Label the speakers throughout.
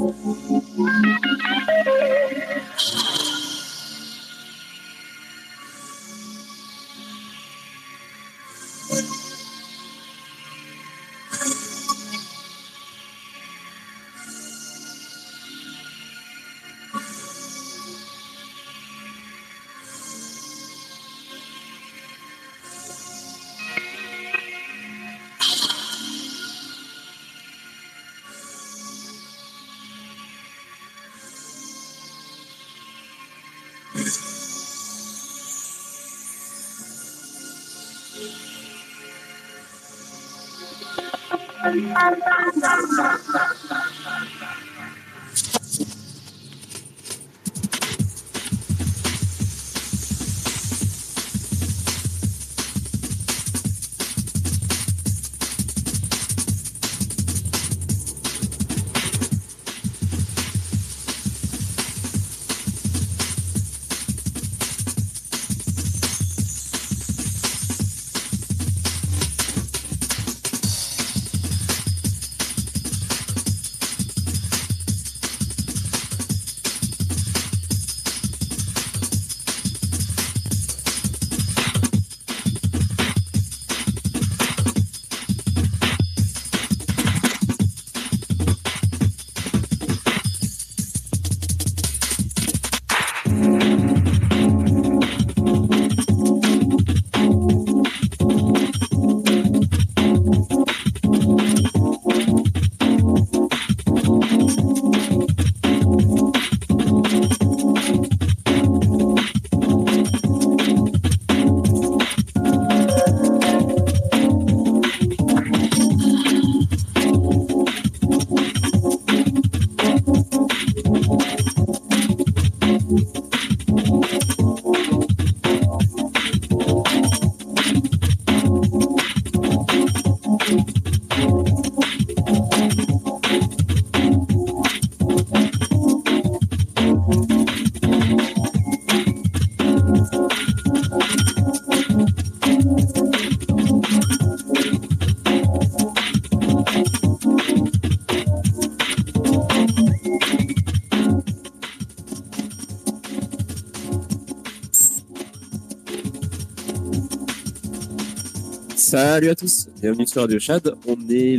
Speaker 1: Salut à tous, bienvenue sur Radio Chad. On est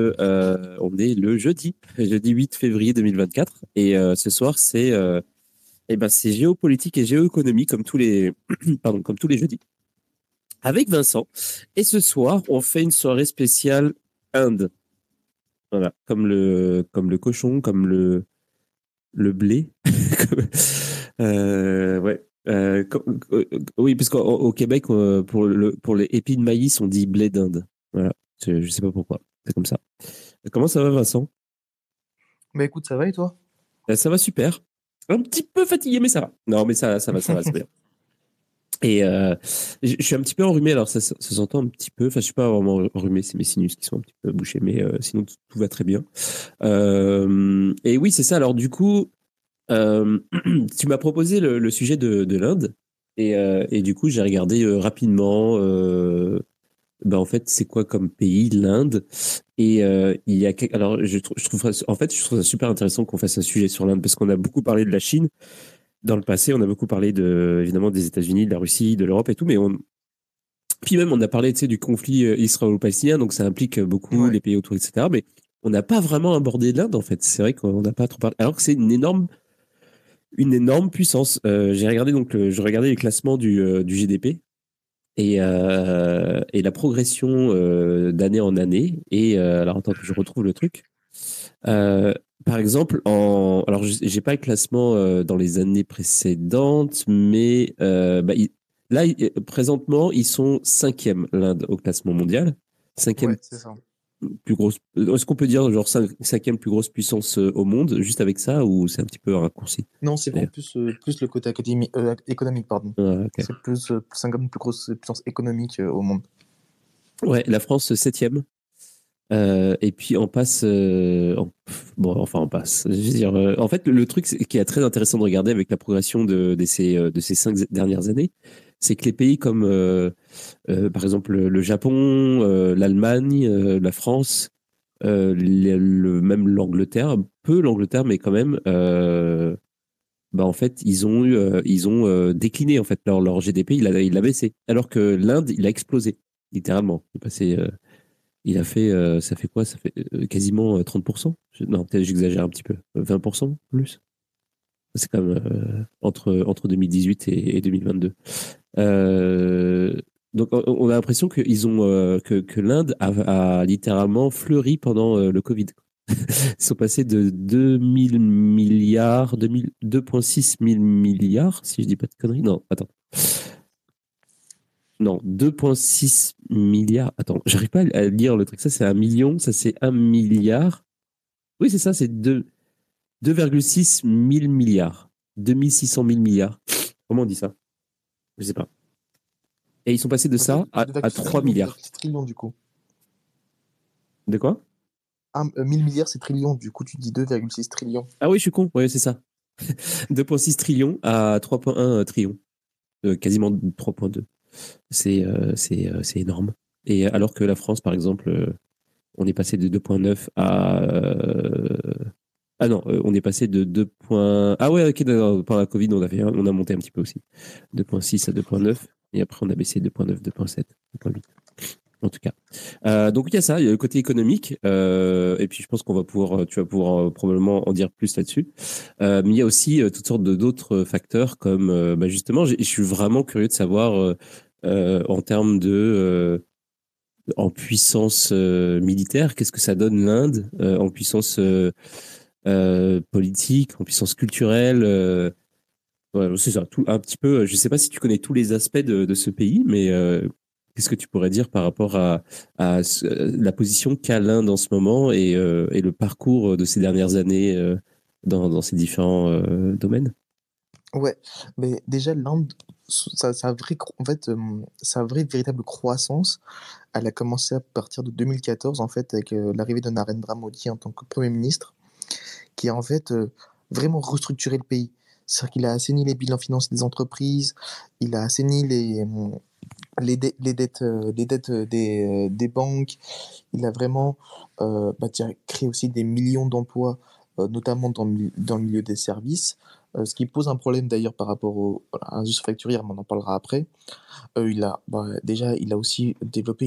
Speaker 1: le jeudi 8 février 2024 et ce soir c'est géopolitique et géoéconomie comme tous les comme tous les jeudis avec Vincent. Et ce soir on fait une soirée spéciale Inde. Voilà, comme le cochon, comme le blé. Ouais. Oui, parce qu'au Québec, pour les épis de maïs, on dit blé d'Inde. Voilà. Je sais pas pourquoi. C'est comme ça. Comment ça va, Vincent?
Speaker 2: Bah écoute, ça va et toi?
Speaker 1: Ça va super. Un petit peu fatigué, mais ça va. Non, mais ça va, c'est bien. Et je suis un petit peu enrhumé, alors ça s'entend un petit peu. Enfin, je suis pas vraiment enrhumé, c'est mes sinus qui sont un petit peu bouchés, mais sinon tout va très bien. Et oui, c'est ça. Alors du coup, tu m'as proposé le sujet de l'Inde et du coup j'ai regardé rapidement. En fait, c'est quoi comme pays l'Inde? Et il y a alors je trouve ça super intéressant qu'on fasse un sujet sur l'Inde parce qu'on a beaucoup parlé de la Chine dans le passé, on a beaucoup parlé évidemment des États-Unis, de la Russie, de l'Europe et tout, mais puis même on a parlé, tu sais, du conflit israélo-palestinien, donc ça implique beaucoup
Speaker 2: Ouais.
Speaker 1: les pays autour, etc. Mais on n'a pas vraiment abordé l'Inde en fait. C'est vrai qu'on n'a pas trop parlé, alors que c'est une énorme puissance. J'ai regardé je regardais les classements du GDP et la progression d'année en année. Et alors attends que je retrouve le truc. Euh, Par exemple, alors j'ai pas le classement dans les années précédentes, mais présentement ils sont cinquième l'Inde au classement mondial, cinquième
Speaker 2: Ouais, c'est ça.
Speaker 1: plus grosse. Est-ce qu'on peut dire genre cinquième plus grosse puissance au monde juste avec ça ou c'est un petit peu un raccourci
Speaker 2: Non, c'est vraiment
Speaker 1: d'ailleurs?
Speaker 2: plus le côté économique, pardon.
Speaker 1: Ah, ok.
Speaker 2: C'est plus 50 plus grosse puissance économique au monde.
Speaker 1: Ouais, la France septième. Et puis on passe, bon, enfin on passe. Je veux dire, en fait, le truc qui est très intéressant de regarder avec la progression de ces 5 dernières années, c'est que les pays comme, par exemple, le Japon, l'Allemagne, la France, même l'Angleterre, peu l'Angleterre, mais quand même, bah en fait, ils ont décliné en fait leur GDP, il a baissé, alors que l'Inde, il a explosé, littéralement. Il a fait, ça fait quoi? Ça fait quasiment 30%. Non, peut-être j'exagère un petit peu. 20% plus. C'est quand même entre 2018 et 2022. Euh, donc, on a l'impression que l'Inde a littéralement fleuri pendant le Covid. Ils sont passés de 2000 milliards, 2,6 mille milliards, si je dis pas de conneries. Non, attends. Non, 2,6 milliards. Attends, j'arrive pas à lire le truc. Ça, c'est un million. Ça, c'est un milliard. Oui, c'est ça, c'est 2,6 mille milliards. 2600 000 milliards. Comment on dit ça? Je sais pas. Et ils sont passés de
Speaker 2: En fait,
Speaker 1: ça à
Speaker 2: 2,6
Speaker 1: 3
Speaker 2: trillions,
Speaker 1: milliards.
Speaker 2: 2,6 trillions du coup.
Speaker 1: De quoi?
Speaker 2: 1000 milliards, c'est trillions, du coup tu dis 2,6 trillions.
Speaker 1: Ah oui, je suis con. Oui, c'est ça. 2,6 trillions à 3,1 trillions. Quasiment 3,2. C'est énorme. Et alors que la France, par exemple, on est passé de 2,9 à. Ah non, on est passé de 2. Ah ouais, ok, par la Covid, on a monté un petit peu aussi. 2,6 à 2,9. Et après, on a baissé 2,9, 2,7, 2,8. En tout cas. Donc il y a ça, il y a le côté économique, et puis je pense tu vas pouvoir probablement en dire plus là-dessus. Mais il y a aussi toutes sortes d'autres facteurs comme, bah, justement, je suis vraiment curieux de savoir en termes en puissance militaire, qu'est-ce que ça donne l'Inde en puissance politique, en puissance culturelle. Ouais, c'est ça, un petit peu. Je sais pas si tu connais tous les aspects de ce pays, mais qu'est-ce que tu pourrais dire par rapport à la position qu'a l'Inde en ce moment et le parcours de ces dernières années dans ces différents domaines?
Speaker 2: Ouais, mais déjà l'Inde, en fait, sa vraie véritable croissance, elle a commencé à partir de 2014 en fait avec l'arrivée de Narendra Modi en tant que Premier ministre, qui a en fait vraiment restructuré le pays. C'est-à-dire qu'il a assaini les bilans financiers des entreprises, il a assaini les dettes des banques, il a vraiment créé aussi des millions d'emplois, notamment dans le milieu des services, ce qui pose un problème d'ailleurs par rapport à l'industrie facturière, mais on en parlera après. Déjà, il a aussi développé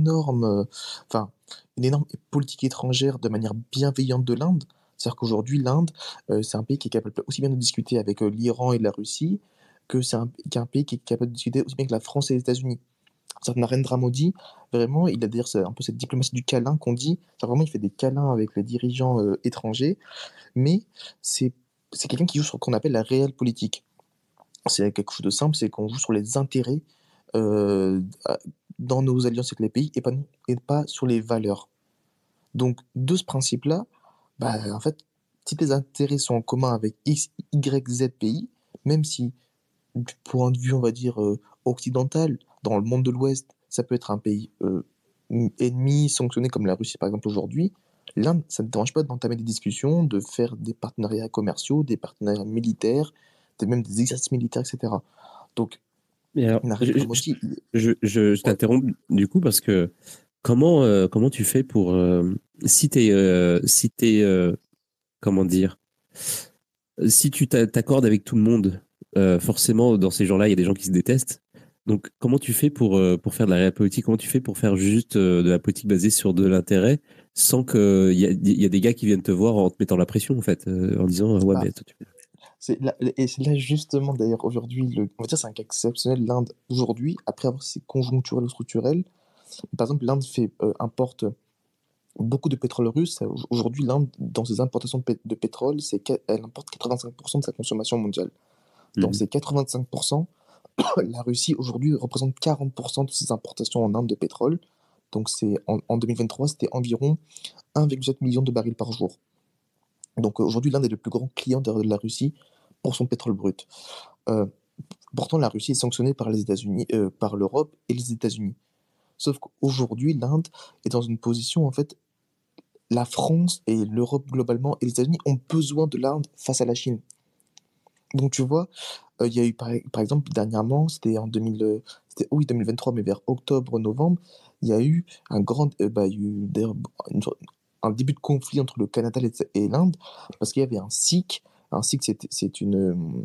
Speaker 2: une énorme politique étrangère de manière bienveillante de l'Inde. C'est-à-dire qu'aujourd'hui, l'Inde, c'est un pays qui est capable aussi bien de discuter avec l'Iran et la Russie que qu'un pays qui est capable de discuter aussi bien que la France et les États-Unis. C'est-à-dire que Narendra Modi, vraiment, il a d'ailleurs un peu cette diplomatie du câlin qu'on dit. Vraiment, il fait des câlins avec les dirigeants étrangers, mais c'est c'est quelqu'un qui joue sur ce qu'on appelle la réelle politique. C'est quelque chose de simple, c'est qu'on joue sur les intérêts euh, à- dans nos alliances avec les pays et pas sur les valeurs. Donc, de ce principe-là, bah, en fait, si tes intérêts sont en commun avec X, Y, Z pays, même si du point de vue, on va dire, occidental, dans le monde de l'Ouest, ça peut être un pays ennemi, sanctionné comme la Russie par exemple aujourd'hui, l'Inde, ça ne dérange pas d'entamer des discussions, de faire des partenariats commerciaux, des partenariats militaires, même des exercices militaires, etc. Donc,
Speaker 1: Mais alors,
Speaker 2: Narendra Modi,
Speaker 1: je
Speaker 2: ouais,
Speaker 1: t'interromps du coup parce que comment tu fais pour si t'es comment dire, si tu t'accordes avec tout le monde, forcément, dans ces gens-là, il y a des gens qui se détestent. Donc, comment tu fais pour faire de la réelle politique? Comment tu fais pour faire juste de la politique basée sur de l'intérêt sans il y a des gars qui viennent te voir en te mettant la pression, en fait, en disant, ouais,
Speaker 2: bah,
Speaker 1: mais toi,
Speaker 2: et c'est là justement d'ailleurs aujourd'hui, on va dire c'est un cas exceptionnel, l'Inde aujourd'hui, après avoir ses conjoncturels ou structurels, par exemple l'Inde importe beaucoup de pétrole russe. Aujourd'hui, l'Inde, dans ses importations de pétrole, elle importe 85% de sa consommation mondiale. Dans
Speaker 1: Mhm.
Speaker 2: ces 85%, la Russie aujourd'hui représente 40% de ses importations en Inde de pétrole. Donc en 2023, c'était environ 1,7 million de barils par jour. Donc aujourd'hui, l'Inde est le plus grand client de la Russie pour son pétrole brut. Euh, Pourtant, la Russie est sanctionnée par les États-Unis, par l'Europe et les États-Unis. Sauf qu'aujourd'hui, l'Inde est dans une position, en fait, la France et l'Europe globalement et les États-Unis ont besoin de l'Inde face à la Chine. Donc tu vois, il y a eu par exemple dernièrement, c'était en 2000, c'était oui 2023, mais vers octobre-novembre, il y a eu un grand, il y a eu d'ailleurs un début de conflit entre le Canada et l'Inde, parce qu'il y avait un Sikh. Un Sikh, c'est une,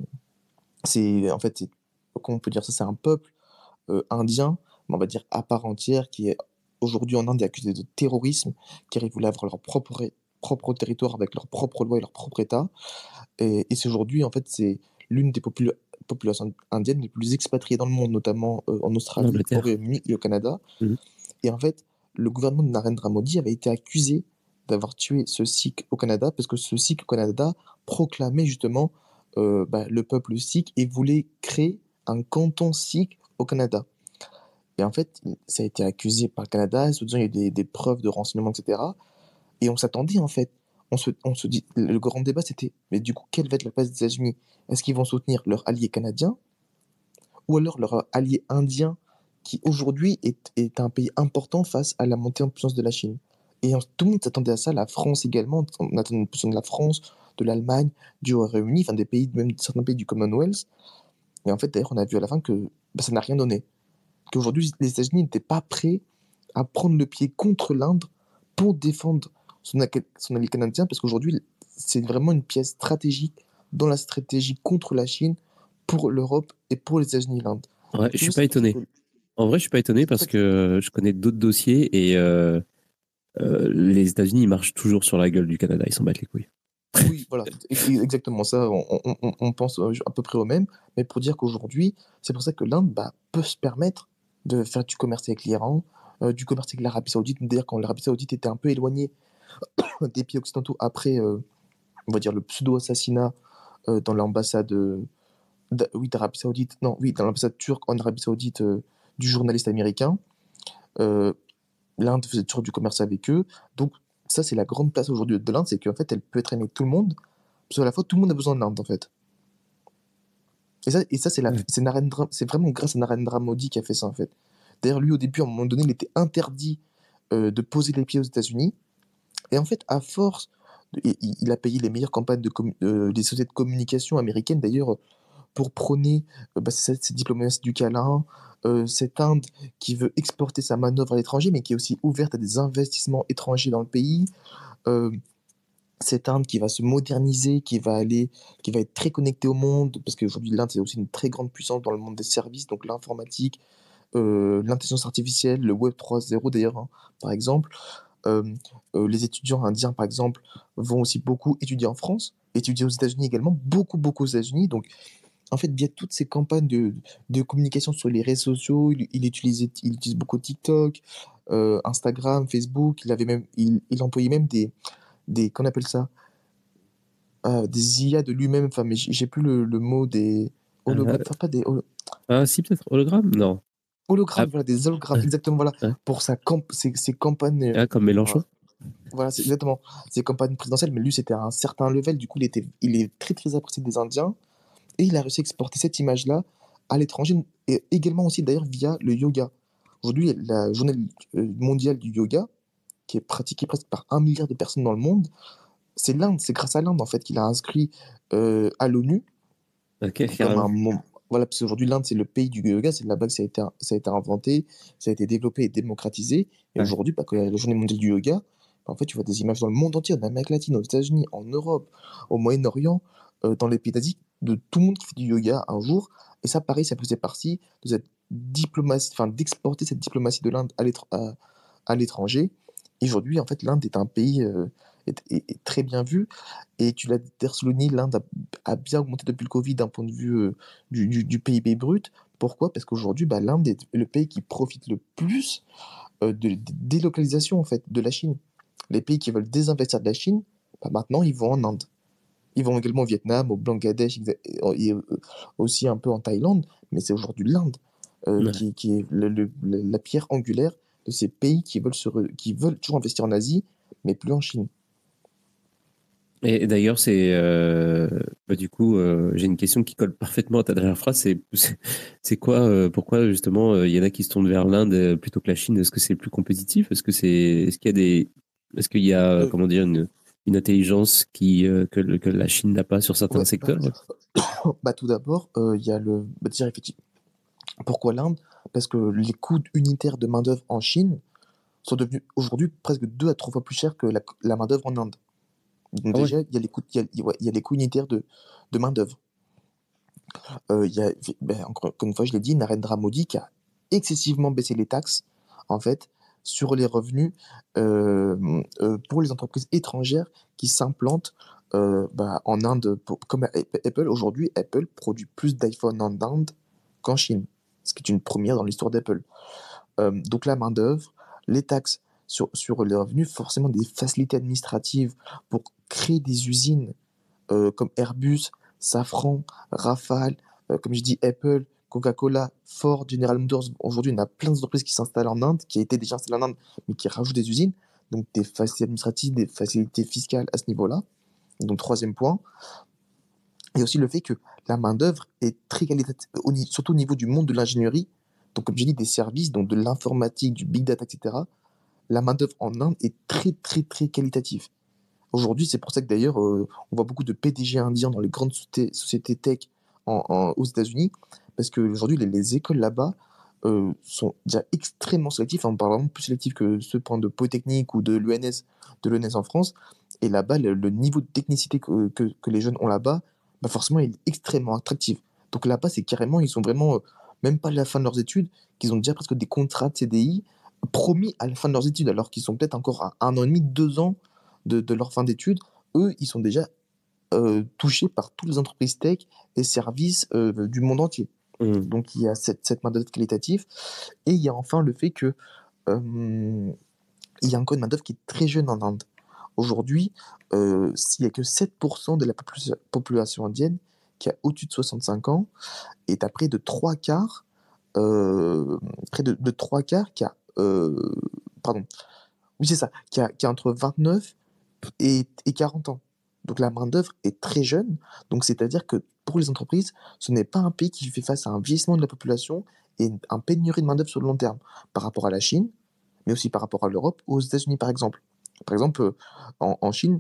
Speaker 2: c'est en fait, comment on peut dire ça, c'est un peuple indien, on va dire à part entière, qui est aujourd'hui en Inde est accusé de terrorisme, car ils voulaient avoir leur propre territoire avec leurs propres lois et leur propre État. Et c'est aujourd'hui, en fait, c'est l'une des populations indiennes les plus expatriées dans le monde, notamment en
Speaker 1: En
Speaker 2: Australie, au
Speaker 1: Angleterre.
Speaker 2: Royaume-Uni et au Canada.
Speaker 1: Mhm.
Speaker 2: Et en fait, le gouvernement de Narendra Modi avait été accusé d'avoir tué ce Sikh au Canada, parce que ce Sikh au Canada proclamait justement le peuple sikh et voulait créer un canton sikh au Canada. Et en fait, ça a été accusé par le Canada, soi-disant il y a eu des preuves de renseignement, etc. Et on s'attendait en fait. On se dit, le grand débat c'était, mais du coup, quelle va être la place des États-Unis? Est-ce qu'ils vont soutenir leur allié canadien ou alors leur allié indien qui aujourd'hui est un pays important face à la montée en puissance de la Chine? Et tout le monde s'attendait à ça, la France également, on attendait une position de la France, de l'Allemagne, du Royaume-Uni, enfin des pays, même certains pays du Commonwealth. Et en fait, d'ailleurs, on a vu à la fin que ça n'a rien donné. Qu'aujourd'hui, les États-Unis n'étaient pas prêts à prendre le pied contre l'Inde pour défendre son allié canadien, parce qu'aujourd'hui, c'est vraiment une pièce stratégique dans la stratégie contre la Chine pour l'Europe et pour les États-Unis et l'Inde.
Speaker 1: Ouais,
Speaker 2: Donc,
Speaker 1: je
Speaker 2: tu
Speaker 1: suis
Speaker 2: vois,
Speaker 1: pas
Speaker 2: c'est pour ça
Speaker 1: étonné.
Speaker 2: que.
Speaker 1: En vrai, je suis pas étonné
Speaker 2: C'est pour
Speaker 1: parce
Speaker 2: ça que.
Speaker 1: que je connais d'autres dossiers et les États-Unis, ils marchent toujours sur la gueule du Canada. Ils s'en battent les couilles.
Speaker 2: Oui, voilà, exactement ça. On pense à peu près au même, mais pour dire qu'aujourd'hui, c'est pour ça que l'Inde peut se permettre de faire du commerce avec l'Iran, du commerce avec l'Arabie Saoudite. D'ailleurs, quand l'Arabie Saoudite était un peu éloignée des pays occidentaux après, on va dire, le pseudo-assassinat dans l'ambassade oui, d'Arabie Saoudite, non, oui, dans l'ambassade turque en Arabie Saoudite du journaliste américain. Euh, L'Inde faisait toujours du commerce avec eux. Donc, ça, c'est la grande place aujourd'hui de l'Inde, c'est qu'en fait, elle peut être aimée de tout le monde, parce qu'à la fois, tout le monde a besoin de l'Inde, en fait. Et ça
Speaker 1: Ouais.
Speaker 2: c'est vraiment grâce à Narendra Modi qui a fait ça, en fait. D'ailleurs, lui, au début, à un moment donné, il était interdit de poser les pieds aux États-Unis. Et en fait, à force, il a payé les meilleures campagnes des sociétés de communication américaines, d'ailleurs, pour prôner cette diplomatie du câlin, cette Inde qui veut exporter sa manœuvre à l'étranger, mais qui est aussi ouverte à des investissements étrangers dans le pays. Euh, cette Inde qui va se moderniser, qui va être très connectée au monde, parce qu'aujourd'hui l'Inde c'est aussi une très grande puissance dans le monde des services, donc l'informatique, l'intelligence artificielle, le Web 3.0 d'ailleurs, hein, par exemple. Euh, les étudiants indiens, par exemple, vont aussi beaucoup étudier en France, étudier aux États-Unis également, beaucoup, beaucoup aux États-Unis. Donc, en fait, via toutes ces campagnes de communication sur les réseaux sociaux, il utilise beaucoup TikTok, Instagram, Facebook. Il employait même qu'on appelle ça, des IA de lui-même. Enfin, mais j'ai plus le mot des
Speaker 1: Euh,
Speaker 2: hologrammes. Enfin, pas des
Speaker 1: ah, si, peut-être hologramme? Non. Ah,
Speaker 2: hologrammes, voilà, des hologrammes, exactement, voilà,
Speaker 1: ouais.
Speaker 2: pour ses campagnes.
Speaker 1: Ah, comme
Speaker 2: Voilà,
Speaker 1: Mélenchon?
Speaker 2: voilà, c'est exactement ses campagnes présidentielles. Mais lui, c'était à un certain level. Du coup, il est très, très apprécié des Indiens. Et il a réussi à exporter cette image-là à l'étranger, et également aussi d'ailleurs via le yoga. Aujourd'hui, la journée mondiale du yoga, qui est pratiquée presque par 1 milliard de personnes dans le monde, c'est l'Inde, c'est grâce à l'Inde en fait qu'il a inscrit à l'ONU
Speaker 1: Ok,
Speaker 2: comme
Speaker 1: carrément.
Speaker 2: voilà, parce qu'aujourd'hui l'Inde c'est le pays du yoga, c'est là-bas que ça a été inventé, ça a été développé et démocratisé. Et
Speaker 1: Ouais.
Speaker 2: aujourd'hui, quand il y a la journée mondiale du yoga, en fait tu vois des images dans le monde entier, en Amérique latine, aux États-Unis, en Europe, au Moyen-Orient, dans les pays d'Asie, de tout le monde qui fait du yoga un jour. Et ça, pareil, ça faisait partie de cette diplomatie, enfin d'exporter cette diplomatie de l'Inde à l'étranger. Et aujourd'hui, en fait, l'Inde est un pays est très bien vu. Et tu l'as dit, Tersloni, l'Inde a bien augmenté depuis le Covid d'un point de vue du PIB brut. Pourquoi? Parce qu'aujourd'hui, l'Inde est le pays qui profite le plus de délocalisation en fait, de la Chine. Les pays qui veulent désinvestir de la Chine, maintenant, ils vont en Inde. Ils vont également au Vietnam, au Bangladesh et aussi un peu en Thaïlande. Mais c'est aujourd'hui l'Inde
Speaker 1: Ouais.
Speaker 2: qui est la pierre angulaire de ces pays qui veulent toujours investir en Asie, mais plus en Chine.
Speaker 1: Et d'ailleurs, c'est du coup, j'ai une question qui colle parfaitement à ta dernière phrase. C'est quoi, pourquoi justement, il y en a qui se tournent vers l'Inde plutôt que la Chine? Est-ce que c'est plus compétitif? Est-ce qu'il y a est-ce qu'il y a,
Speaker 2: Euh,
Speaker 1: comment dire, une intelligence que la Chine n'a pas sur certains
Speaker 2: ouais,
Speaker 1: secteurs?
Speaker 2: tout d'abord, il y a effectivement, pourquoi l'Inde? Parce que les coûts unitaires de main-d'œuvre en Chine sont devenus aujourd'hui presque 2 à 3 fois plus chers que la main-d'œuvre en Inde. Donc
Speaker 1: Ah ouais.
Speaker 2: déjà, il y a les coûts, ouais, il y a les coûts unitaires de main-d'œuvre. Il y a, ben, encore une fois, je l'ai dit, Narendra Modi qui a excessivement baissé les taxes, en fait, sur les revenus pour les entreprises étrangères qui s'implantent bah, en Inde. Comme Apple, aujourd'hui, Apple produit plus d'iPhone en Inde qu'en Chine, ce qui est une première dans l'histoire d'Apple. Donc la main-d'œuvre, les taxes sur les revenus, forcément des facilités administratives pour créer des usines comme Airbus, Safran, Rafale, comme je dis Apple, Coca-Cola, Ford, General Motors. Aujourd'hui, on a plein d'entreprises qui s'installent en Inde, qui étaient déjà installées en Inde, mais qui rajoutent des usines. Donc des facilités administratives, des facilités fiscales à ce niveau-là. Donc troisième point. Et aussi le fait que la main-d'œuvre est très qualitative, surtout au niveau du monde de l'ingénierie. Donc, comme j'ai dit, des services, donc de l'informatique, du big data, etc. La main-d'œuvre en Inde est très, très, très qualitative. Aujourd'hui, c'est pour ça que d'ailleurs, on voit beaucoup de PDG indiens dans les grandes sociétés tech aux États-Unis, parce qu'aujourd'hui, les écoles là-bas sont déjà extrêmement sélectives, on parle vraiment plus sélectif que ceux de Polytechnique ou de l'ENS en France. Et là-bas, le niveau de technicité que les jeunes ont là-bas, bah forcément, il est extrêmement attractif. Donc là-bas, c'est carrément, ils sont vraiment, même pas à la fin de leurs études, qu'ils ont déjà presque des contrats de CDI promis à la fin de leurs études, alors qu'ils sont peut-être encore à 1 an et demi, 2 ans de leur fin d'études. Eux, ils sont déjà touchés par toutes les entreprises tech et services du monde entier.
Speaker 1: Mmh.
Speaker 2: Donc il y a cette main-d'œuvre qualitative. Et il y a enfin le fait que il y a encore une main-d'œuvre qui est très jeune en Inde. Aujourd'hui, s'il n'y a que 7% de la population indienne qui a au-dessus de 65 ans, et tu as près de 3 quarts, près de 3 quarts qui a. Pardon. Oui, c'est ça, qui a entre 29 et 40 ans. Donc la main-d'œuvre est très jeune. Donc c'est-à-dire que pour les entreprises, ce n'est pas un pays qui fait face à un vieillissement de la population et un pénurie de main-d'œuvre sur le long terme par rapport à la Chine, mais aussi par rapport à l'Europe ou aux États-Unis par exemple. Par exemple, en Chine,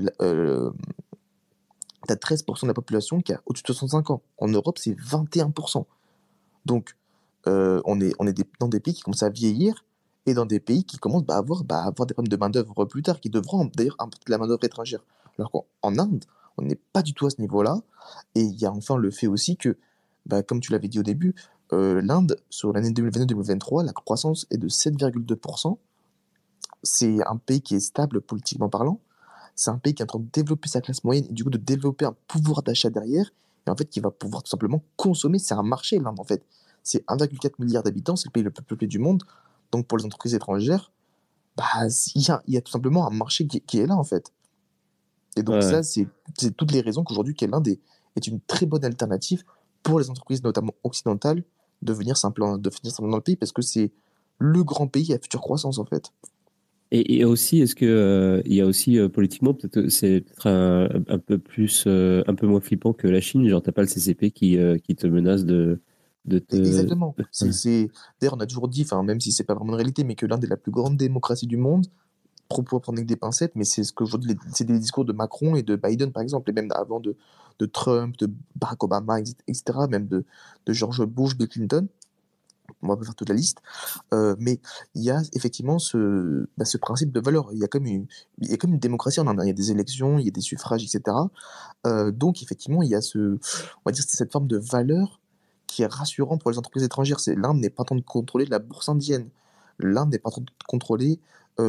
Speaker 2: tu as 13% de la population qui a au-dessus de 65 ans. En Europe, c'est 21%. Donc, on est dans des pays qui commencent à vieillir et dans des pays qui commencent à avoir des problèmes de main-d'œuvre plus tard, qui devront d'ailleurs importer de la main-d'œuvre étrangère. Alors qu'en Inde, on n'est pas du tout à ce niveau-là. Et il y a enfin le fait aussi que, comme tu l'avais dit au début, l'Inde, sur l'année 2022-2023, la croissance est de 7,2%. C'est un pays qui est stable politiquement parlant. C'est un pays qui est en train de développer sa classe moyenne et du coup de développer un pouvoir d'achat derrière. Et en fait, qui va pouvoir tout simplement consommer. C'est un marché, l'Inde, en fait. C'est 1,4 milliard d'habitants, c'est le pays le plus peuplé du monde. Donc pour les entreprises étrangères, il y a tout simplement un marché qui est là, en fait. Et donc
Speaker 1: Ouais.
Speaker 2: ça, c'est toutes les raisons qu'aujourd'hui que l'Inde est une très bonne alternative pour les entreprises, notamment occidentales, de venir simplement dans le pays, parce que c'est le grand pays à future croissance, en fait.
Speaker 1: Et aussi, est-ce que il y a aussi politiquement, peut-être c'est peut-être un peu plus, un peu moins flippant que la Chine, genre t'as pas le CCP qui te menace de te.
Speaker 2: Exactement.
Speaker 1: Ouais.
Speaker 2: D'ailleurs, on a toujours dit, enfin, même si c'est pas vraiment une réalité, mais que l'Inde est la plus grande démocratie du monde, propos à prendre avec des pincettes, mais c'est ce qu'aujourd'hui, c'est des discours de Macron et de Biden, par exemple, et même avant de Trump, de Barack Obama, etc., même de George Bush, Bill Clinton. On va pas faire toute la liste. Mais il y a effectivement ce principe de valeur. Il y a comme une démocratie en Inde, hein. Il y a des élections, il y a des suffrages, etc. Donc, effectivement, il y a on va dire, cette forme de valeur qui est rassurant pour les entreprises étrangères. L'Inde n'est pas en train de contrôler la bourse indienne. L'Inde n'est pas en train de contrôler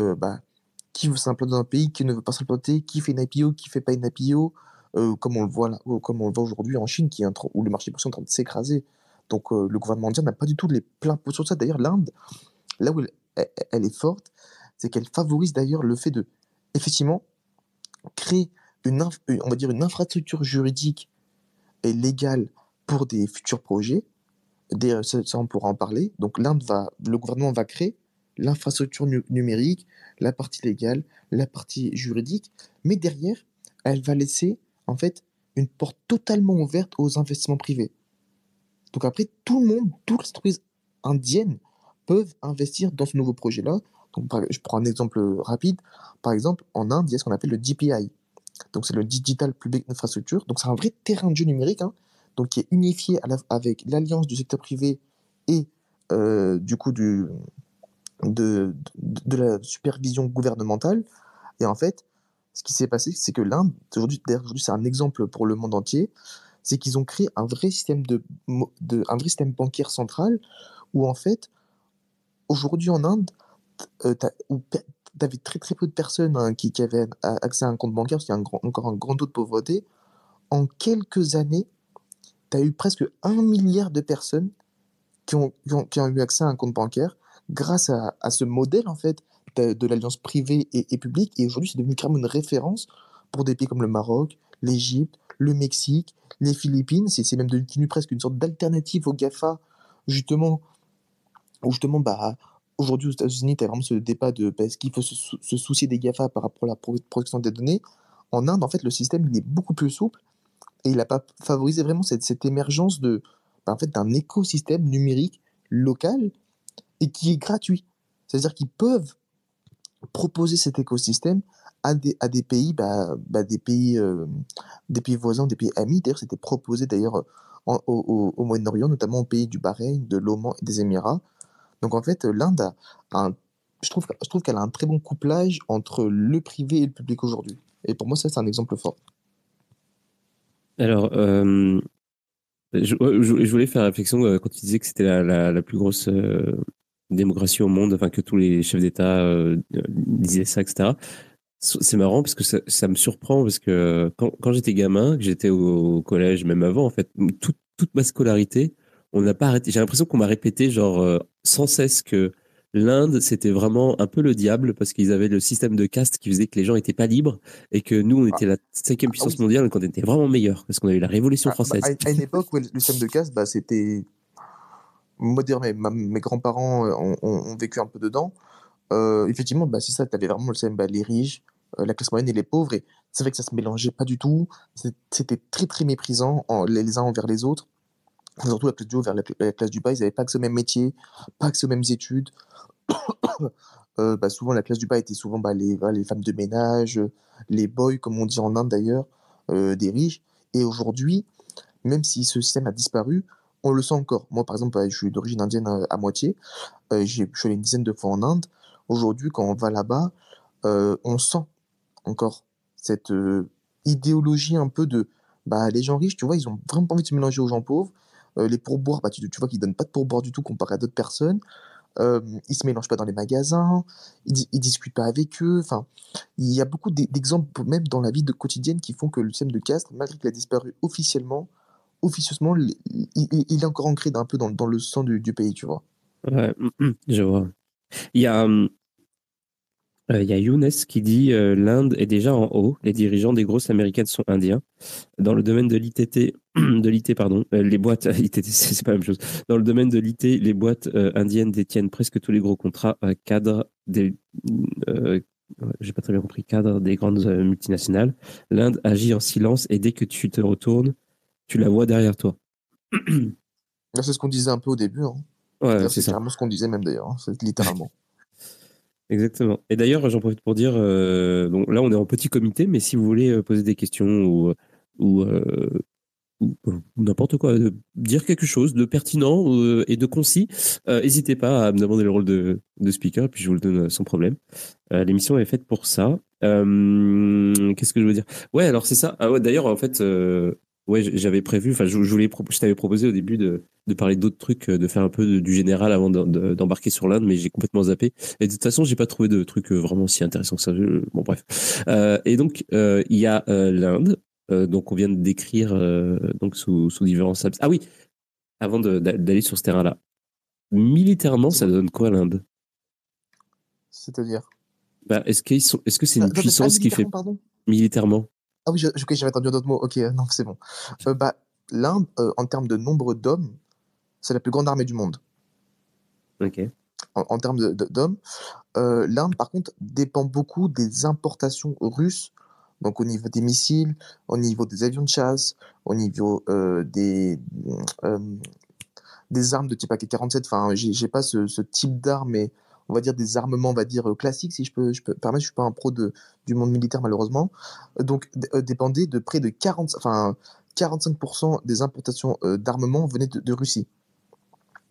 Speaker 2: qui veut s'implanter dans un pays, qui ne veut pas s'implanter, qui fait une IPO, qui fait pas une IPO, comme on le voit là, comme on le voit aujourd'hui en Chine, où le marché boursier est en train de s'écraser. Donc le gouvernement indien n'a pas du tout les pleins pots sur ça. D'ailleurs, l'Inde, là où elle est forte, c'est qu'elle favorise d'ailleurs le fait de, effectivement, créer on va dire une infrastructure juridique et légale pour des futurs projets. D'ailleurs, ça, on pourra en parler. Donc le gouvernement va créer l'infrastructure numérique, la partie légale, la partie juridique, mais derrière, elle va laisser en fait une porte totalement ouverte aux investissements privés. Donc après, tout le monde, toutes les entreprises indiennes peuvent investir dans ce nouveau projet-là. Donc je prends un exemple rapide. Par exemple, en Inde, il y a ce qu'on appelle le DPI. Donc c'est le Digital Public Infrastructure. Donc c'est un vrai terrain de jeu numérique, hein, donc qui est unifié avec l'alliance du secteur privé et du coup de la supervision gouvernementale. Et en fait, ce qui s'est passé, c'est que l'Inde, d'ailleurs, aujourd'hui, c'est un exemple pour le monde entier, c'est qu'ils ont créé un vrai système, un vrai système bancaire central où, en fait, aujourd'hui en Inde, tu avais très très peu de personnes hein, qui avaient accès à un compte bancaire parce qu'il y a encore un grand taux de pauvreté. En quelques années, tu as eu presque 1 milliard de personnes qui ont eu accès à un compte bancaire grâce à ce modèle en fait de l'alliance privée et publique. Et aujourd'hui, c'est devenu carrément une référence pour des pays comme le Maroc, l'Égypte, le Mexique, les Philippines. C'est même devenu presque une sorte d'alternative au GAFA, justement, où justement, bah, aujourd'hui aux États-Unis, tu as vraiment ce débat de est-ce qu'il faut se soucier des GAFA par rapport à la protection des données. En Inde, en fait, le système il est beaucoup plus souple et il n'a pas favorisé vraiment cette émergence en fait, d'un écosystème numérique local et qui est gratuit. C'est-à-dire qu'ils peuvent proposer cet écosystème à des pays, des pays voisins, des pays amis. D'ailleurs, c'était proposé d'ailleurs au Moyen-Orient, notamment aux pays du Bahreïn, de l'Oman et des Émirats. Donc en fait, l'Inde je trouve qu'elle a un très bon couplage entre le privé et le public aujourd'hui. Et pour moi, ça, c'est un exemple fort.
Speaker 1: Alors, je voulais faire réflexion quand tu disais que c'était la plus grosse démocratie au monde, enfin que tous les chefs d'État disaient ça, etc. C'est marrant parce que ça me surprend parce que quand j'étais gamin, que j'étais au collège, même avant, en fait, toute ma scolarité, on n'a pas arrêté. J'ai l'impression qu'on m'a répété genre sans cesse que l'Inde, c'était vraiment un peu le diable parce qu'ils avaient le système de caste qui faisait que les gens n'étaient pas libres et que nous, on
Speaker 2: Ah,
Speaker 1: était la cinquième
Speaker 2: ah
Speaker 1: puissance
Speaker 2: oui,
Speaker 1: mondiale et qu'on était vraiment meilleurs parce qu'on a eu la Révolution française.
Speaker 2: à une époque où le système de caste, c'était. Moi, dire, mes grands-parents ont vécu un peu dedans. Effectivement, c'est ça, tu avais vraiment le système, les riches, la classe moyenne et les pauvres. Et c'est vrai que ça se mélangeait pas du tout. C'était très, très méprisant les uns envers les autres. Surtout la classe du haut vers la classe du bas, ils n'avaient pas accès au même métier, pas accès aux mêmes études. Souvent, la classe du bas était souvent voilà, les femmes de ménage, les boys, comme on dit en Inde d'ailleurs, des riches. Et aujourd'hui, même si ce système a disparu, on le sent encore. Moi, par exemple, je suis d'origine indienne à moitié. Je suis allé une dizaine de fois en Inde. Aujourd'hui, quand on va là-bas, on sent encore cette idéologie un peu de les gens riches, tu vois, ils ont vraiment pas envie de se mélanger aux gens pauvres. Les pourboires, tu vois qu'ils donnent pas de pourboires du tout comparé à d'autres personnes. Ils se mélangent pas dans les magasins, ils discutent pas avec eux. Enfin, il y a beaucoup d'exemples, même dans la vie quotidienne, qui font que le système de caste, malgré qu'il a disparu officieusement, il est encore ancré un peu dans le sang du pays, tu vois.
Speaker 1: Ouais, je vois. Il y a, il y a Younes qui dit l'Inde est déjà en haut. Les dirigeants des grosses américaines sont indiens. Dans le domaine de l'ITT, de l'IT, pardon, les boîtes, ITT, c'est pas la même chose. Dans le domaine de l'IT, les boîtes indiennes détiennent presque tous les gros contrats cadres euh, j'ai pas très bien compris, cadres des grandes multinationales. L'Inde agit en silence et dès que tu te retournes, tu la vois derrière toi.
Speaker 2: Là, c'est ce qu'on disait un peu au début, hein.
Speaker 1: Ouais,
Speaker 2: D'ailleurs,
Speaker 1: c'est
Speaker 2: c'est
Speaker 1: ça.
Speaker 2: carrément ce qu'on disait même d'ailleurs, hein, c'est littéralement.
Speaker 1: Exactement. Et d'ailleurs, j'en profite pour dire, donc là, on est en petit comité, mais si vous voulez poser des questions ou, euh, ou n'importe quoi, dire quelque chose de pertinent et de concis, n'hésitez pas à me demander le rôle de speaker, puis je vous le donne sans problème. L'émission est faite pour ça. Qu'est-ce que je veux dire? Ouais, alors c'est ça. Ah ouais, d'ailleurs, en fait, ouais, j'avais prévu, enfin, je t'avais proposé au début de parler d'autres trucs, de faire un peu du général avant d'embarquer sur l'Inde, mais j'ai complètement zappé. Et de toute façon, j'ai pas trouvé de trucs vraiment si intéressants que ça. Bon, bref. Et donc, il y a l'Inde, donc on vient de décrire donc sous différents aspects. Ah oui, avant d'aller sur ce terrain-là. Militairement, ça
Speaker 2: Dis-moi.
Speaker 1: donne quoi l'Inde?
Speaker 2: C'est-à-dire.
Speaker 1: Bah, est-ce que c'est une puissance qui fait
Speaker 2: Militairement, pardon?
Speaker 1: militairement?
Speaker 2: Ah oui, ok, j'avais entendu d'autres mots. Ok, non, c'est bon. L'Inde, en termes de nombre d'hommes, c'est la plus grande armée du monde.
Speaker 1: Ok.
Speaker 2: En termes d'hommes, l'Inde, par contre, dépend beaucoup des importations russes, donc au niveau des missiles, au niveau des avions de chasse, au niveau euh, des armes de type AK-47. Enfin, j'ai pas ce type d'armes, mais on va dire des armements, on va dire classiques, si je peux permettre. Je suis pas un pro du monde militaire, malheureusement. Donc, dépendait de près de 45% des importations d'armement venaient de Russie.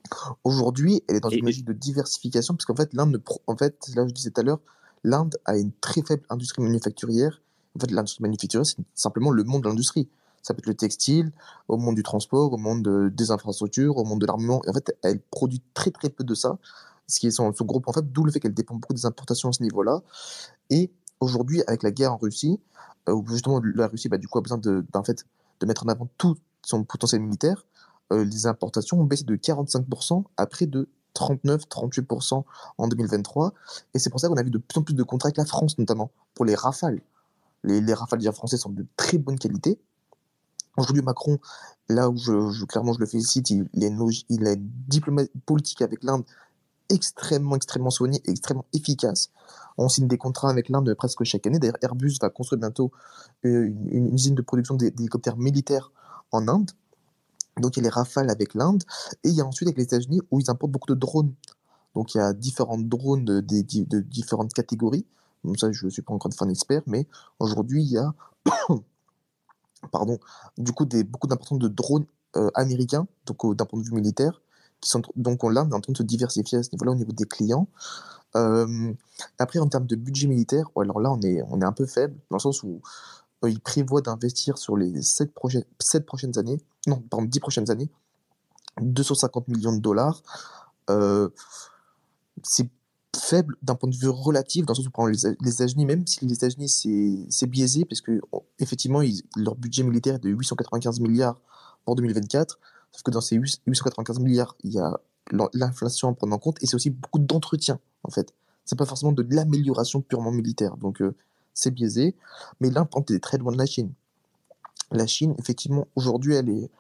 Speaker 2: Aujourd'hui, elle est dans une
Speaker 1: Et,
Speaker 2: logique de diversification, parce qu'en fait, en fait, là, je disais tout à l'heure, l'Inde a une très faible industrie manufacturière. En fait, l'industrie manufacturière, c'est simplement le monde de l'industrie. Ça peut être le textile, au monde du transport, au monde des infrastructures, au monde de l'armement. Et en fait, elle produit très très peu de ça, ce qui est son gros point faible, d'où le fait qu'elle dépend beaucoup des importations à ce niveau-là. Et aujourd'hui, avec la guerre en Russie, où justement la Russie, bah, du coup, a besoin en fait, de mettre en avant tout son potentiel militaire, les importations ont baissé de 45% à près de 39-38% en 2023. Et c'est pour ça qu'on a vu de plus en plus de contrats avec la France, notamment pour les Rafales. Les Rafales déjà français sont de très bonne qualité. Aujourd'hui, Macron, là où clairement je le félicite, il a une diplomatie politique avec l'Inde extrêmement soignée et extrêmement efficace. On signe des contrats avec l'Inde presque chaque année. D'ailleurs, Airbus va construire bientôt une usine de production d'hélicoptères militaires en Inde. Donc il y a les Rafales avec l'Inde, et il y a ensuite avec les États-Unis où ils importent beaucoup de drones. Donc il y a différents drones de différentes catégories. Donc ça, je ne suis pas encore un expert, mais aujourd'hui, il y a pardon, du coup beaucoup d'importants de drones américains, donc d'un point de vue militaire, qui sont donc là, on est en train de se diversifier à ce niveau-là au niveau des clients. Euh, Après, en termes de budget militaire, alors là, on est un peu faible, dans le sens où ils prévoient d'investir sur les 7 prochaines années, non, pardon, 10 prochaines années, 250 millions de dollars. Euh, c'est faible d'un point de vue relatif, dans le sens où, par exemple, les États-Unis, même si les États-Unis, c'est biaisé, parce que, effectivement, leur budget militaire est de 895 milliards pour 2024, sauf que dans ces 895 milliards, il y a l'inflation à prendre en compte, et c'est aussi beaucoup d'entretien, en fait. C'est pas forcément de l'amélioration purement militaire, donc c'est biaisé, mais l'impact est très loin de la Chine. La Chine, effectivement, aujourd'hui, elle est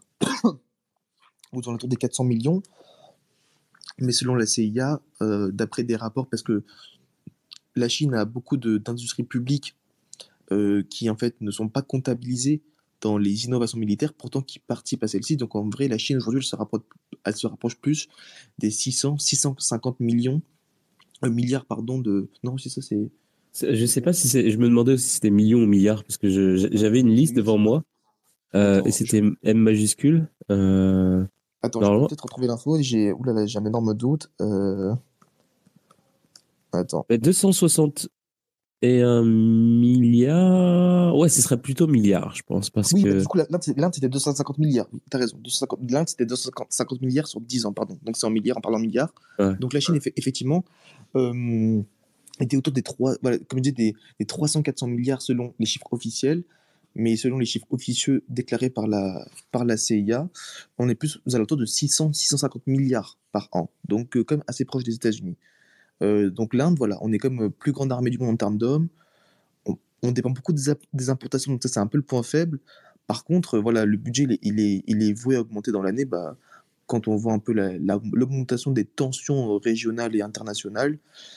Speaker 2: aux alentours des 400 millions, mais selon la CIA, d'après des rapports, parce que la Chine a beaucoup d'industries publiques qui en fait ne sont pas comptabilisées dans les innovations militaires, pourtant qui participent à celles-ci. Donc en vrai, la Chine aujourd'hui, elle se rapproche plus des 650 millions, milliards, pardon, de... Non, c'est ça, c'est...
Speaker 1: je sais pas si c'est. Je me demandais aussi si c'était millions ou milliards, parce que j'avais une liste devant moi, et
Speaker 2: Attends,
Speaker 1: c'était M majuscule.
Speaker 2: Attends, je peux
Speaker 1: Normalement,
Speaker 2: peut-être retrouver l'info. Oulala, j'ai un énorme doute. Attends.
Speaker 1: 261 milliards. Ouais, ce serait plutôt milliards, je pense, parce
Speaker 2: Oui, bah, du
Speaker 1: que.
Speaker 2: coup, l'Inde, c'était 250 milliards. Oui, t'as raison. L'Inde, c'était 250 milliards sur 10 ans, pardon. Donc c'est en milliards, en parlant milliards.
Speaker 1: Ouais.
Speaker 2: Donc la Chine, effectivement, euh, était autour des 3, voilà, comme je disais, des 300-400 milliards selon les chiffres officiels. Mais selon les chiffres officieux déclarés par la CIA, on est plus aux alentours de 600-650 milliards par an. Donc, quand même assez proche des États-Unis. Donc l'Inde, voilà, on est comme plus grande armée du monde en termes d'hommes. On dépend beaucoup des importations, donc ça, c'est un peu le point faible. Par contre, voilà, le budget, il est voué à augmenter dans l'année, bah, quand on voit un peu l'augmentation des tensions régionales et internationales.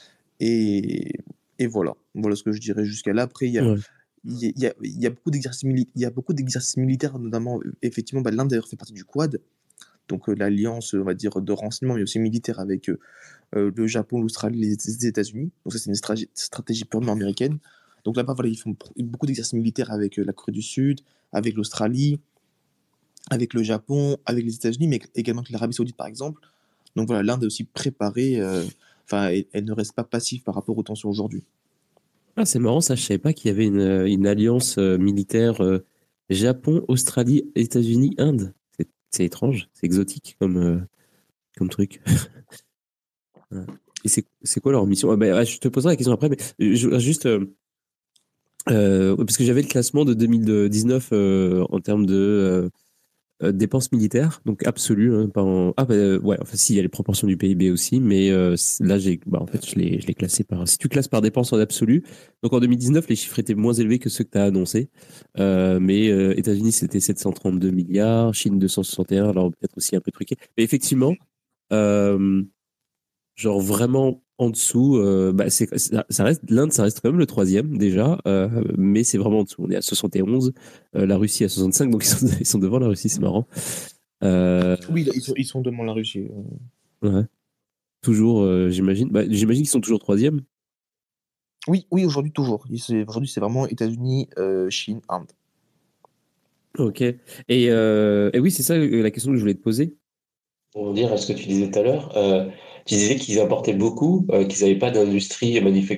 Speaker 2: Et, et voilà ce que je dirais jusqu'à là. Après,
Speaker 1: Ouais.
Speaker 2: il y a il y a beaucoup d'exercices militaires, notamment, effectivement, bah, l'Inde d'ailleurs fait partie du Quad, donc l'alliance, on va dire, de renseignement, mais aussi militaire avec le Japon, l'Australie, les États-Unis. Donc ça, c'est une stratégie purement américaine. Donc là-bas, voilà, ils font beaucoup d'exercices militaires avec la Corée du Sud, avec l'Australie, avec le Japon, avec les États-Unis, mais également avec l'Arabie Saoudite, par exemple. Donc voilà, l'Inde est aussi préparée, enfin, elle ne reste pas passive par rapport aux tensions aujourd'hui.
Speaker 1: Ah, c'est marrant, ça, je savais pas qu'il y avait une alliance militaire Japon, Australie, États-Unis, Inde. C'est étrange, c'est exotique comme truc. Ouais. Et c'est quoi leur mission? Je te poserai la question après, mais juste, parce que j'avais le classement de 2019 en termes de dépenses militaires, donc absolues, hein, pas ouais, enfin si, il y a les proportions du PIB aussi, mais là, en fait, je l'ai classé par. Si tu classes par dépenses en absolu, donc en 2019, les chiffres étaient moins élevés que ceux que tu as annoncés, mais États-Unis, c'était 732 milliards, Chine 261, alors peut-être aussi un peu truqué. Mais effectivement, euh, genre vraiment en dessous, ça reste, l'Inde, ça reste quand même le troisième déjà, mais c'est vraiment en dessous. On est à 71, la Russie à 65, donc ils sont devant la Russie, c'est marrant. Euh,
Speaker 2: Oui, ils sont devant la Russie.
Speaker 1: ouais. Toujours, j'imagine. J'imagine qu'ils sont toujours troisième.
Speaker 2: Oui, oui, aujourd'hui toujours. Aujourd'hui, c'est vraiment États-Unis, Chine, Inde.
Speaker 1: Ok. Et oui, c'est ça la question que je voulais te poser. pour revenir à ce que tu disais tout à l'heure, tu disais qu'ils importaient beaucoup, qu'ils n'avaient pas d'industrie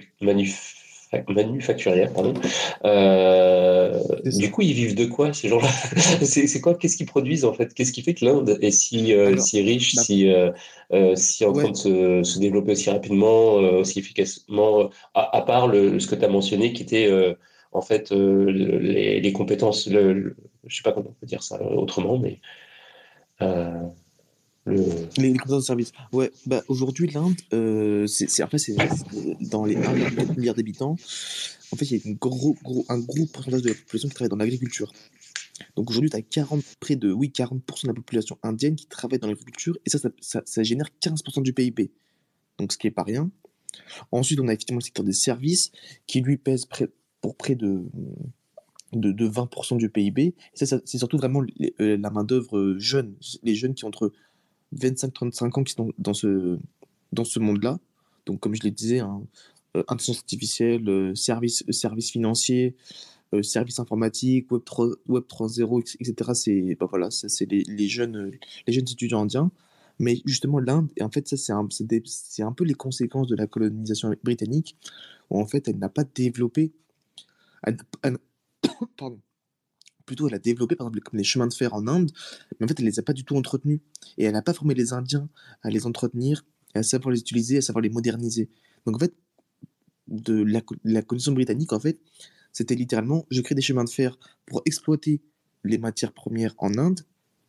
Speaker 1: manufacturière, pardon.
Speaker 2: C'est
Speaker 1: Du
Speaker 2: ça.
Speaker 1: coup, ils vivent de quoi, ces gens-là? C'est quoi? Qu'est-ce qu'ils produisent en fait? Qu'est-ce qui fait que l'Inde est
Speaker 2: Alors,
Speaker 1: si riche,
Speaker 2: bah,
Speaker 1: si en train
Speaker 2: ouais,
Speaker 1: de se développer aussi rapidement, aussi efficacement, à part ce que tu as mentionné, qui était en fait les compétences, je sais pas comment on peut dire ça autrement, mais euh, le,
Speaker 2: les compétences de service. Ouais, bah, aujourd'hui, l'Inde, après, dans les 1,4 milliard d'habitants, en fait, il y a un gros pourcentage de la population qui travaille dans l'agriculture. Donc aujourd'hui, tu as 40% de la population indienne qui travaille dans l'agriculture, et ça génère 15% du PIB. Donc ce qui est pas rien. Ensuite, on a effectivement le secteur des services, qui lui pèse pour près de 20% du PIB. Et c'est surtout vraiment la main-d'œuvre jeune, les jeunes qui ont entre 25-35 ans qui sont dans ce monde-là. Donc, comme je le disais, hein, intelligence artificielle, services financiers, services informatiques, Web 3.0, etc. C'est bah voilà, ça, c'est les jeunes étudiants indiens. Mais justement, l'Inde, et en fait, ça, c'est un peu les conséquences de la colonisation britannique, où en fait, elle n'a pas développé, elle- pardon, plutôt elle a développé par exemple comme les chemins de fer en Inde, mais en fait elle les a pas du tout entretenus. Et elle n'a pas formé les Indiens à les entretenir, et à savoir les utiliser, à savoir les moderniser. Donc en fait, la colonisation britannique, en fait, c'était littéralement, je crée des chemins de fer pour exploiter les matières premières en Inde,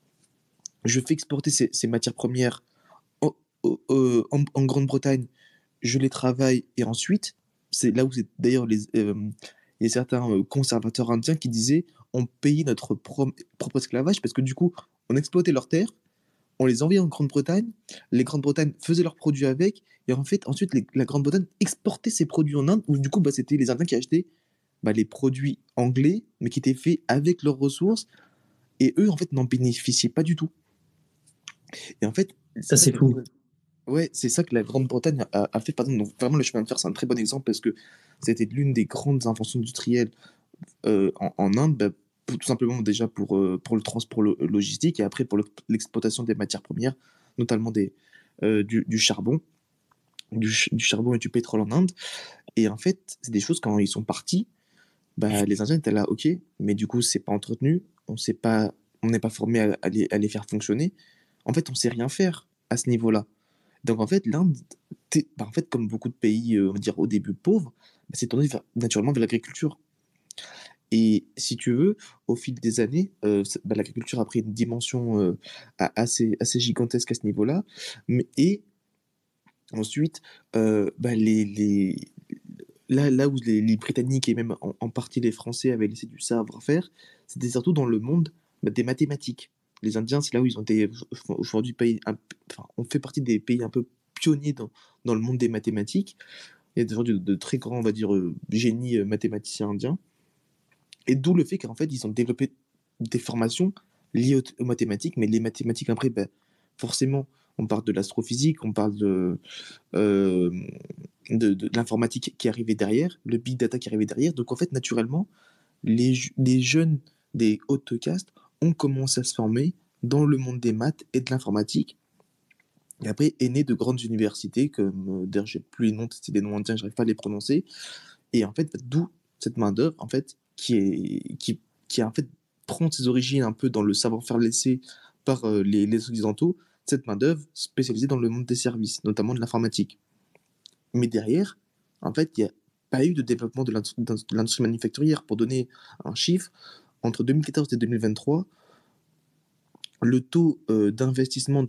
Speaker 2: je fais exporter ces matières premières en, en Grande-Bretagne, je les travaille, et ensuite, c'est là où c'est d'ailleurs il y a certains conservateurs indiens qui disaient on payait notre propre esclavage parce que du coup, on exploitait leurs terres, on les envoyait en Grande-Bretagne, les Grandes-Bretagne faisaient leurs produits avec, et en fait, ensuite, la Grande-Bretagne exportait ses produits en Inde, où du coup, bah, c'était les Indiens qui achetaient bah, les produits anglais, mais qui étaient faits avec leurs ressources, et eux, en fait, n'en bénéficiaient pas du tout. Et en fait, c'est
Speaker 1: Ça,
Speaker 2: ça
Speaker 1: c'est
Speaker 2: que
Speaker 1: fou.
Speaker 2: ouais, c'est ça que la Grande-Bretagne a fait. Par exemple, donc vraiment, le chemin de fer, c'est un très bon exemple parce que c'était l'une des grandes inventions industrielles en Inde, bah, tout simplement déjà pour le transport logistique et après pour l'exploitation des matières premières, notamment du charbon, du charbon et du pétrole en Inde. Et en fait, c'est des choses, quand ils sont partis, bah, les Indiens étaient là, ok, mais du coup, c'est pas entretenu, on n'est pas formé à les faire fonctionner. En fait, on sait rien faire à ce niveau-là. Donc en fait, l'Inde, bah, en fait, comme beaucoup de pays, on va dire au début pauvres, bah, c'est tourné naturellement vers l'agriculture. Et si tu veux, au fil des années, bah, l'agriculture a pris une dimension assez gigantesque à ce niveau-là. Et ensuite, bah, là où les Britanniques et même en partie les Français avaient laissé du savoir-faire, c'était surtout dans le monde bah, des mathématiques. Les Indiens, c'est là où ils ont été aujourd'hui enfin, on fait partie des pays un peu pionniers dans le monde des mathématiques. Il y a aujourd'hui de très grands, on va dire, génies mathématiciens indiens. Et d'où le fait qu'en fait, ils ont développé des formations liées aux mathématiques, mais les mathématiques, après, ben, forcément, on parle de l'astrophysique, on parle euh, de l'informatique qui arrivait derrière, le big data qui arrivait derrière. Donc, en fait, naturellement, les jeunes des hautes castes ont commencé à se former dans le monde des maths et de l'informatique. Et après, est né de grandes universités, comme, d'ailleurs, j'ai plus les noms, c'est des noms indiens, j'arrive pas à les prononcer. Et en fait, d'où cette main-d'œuvre, en fait, qui en fait prend ses origines un peu dans le savoir-faire laissé par les Occidentaux, cette main-d'œuvre spécialisée dans le monde des services, notamment de l'informatique. Mais derrière, en fait, il n'y a pas eu de développement de l'industrie manufacturière. Pour donner un chiffre, entre 2014 et 2023, le taux d'investissement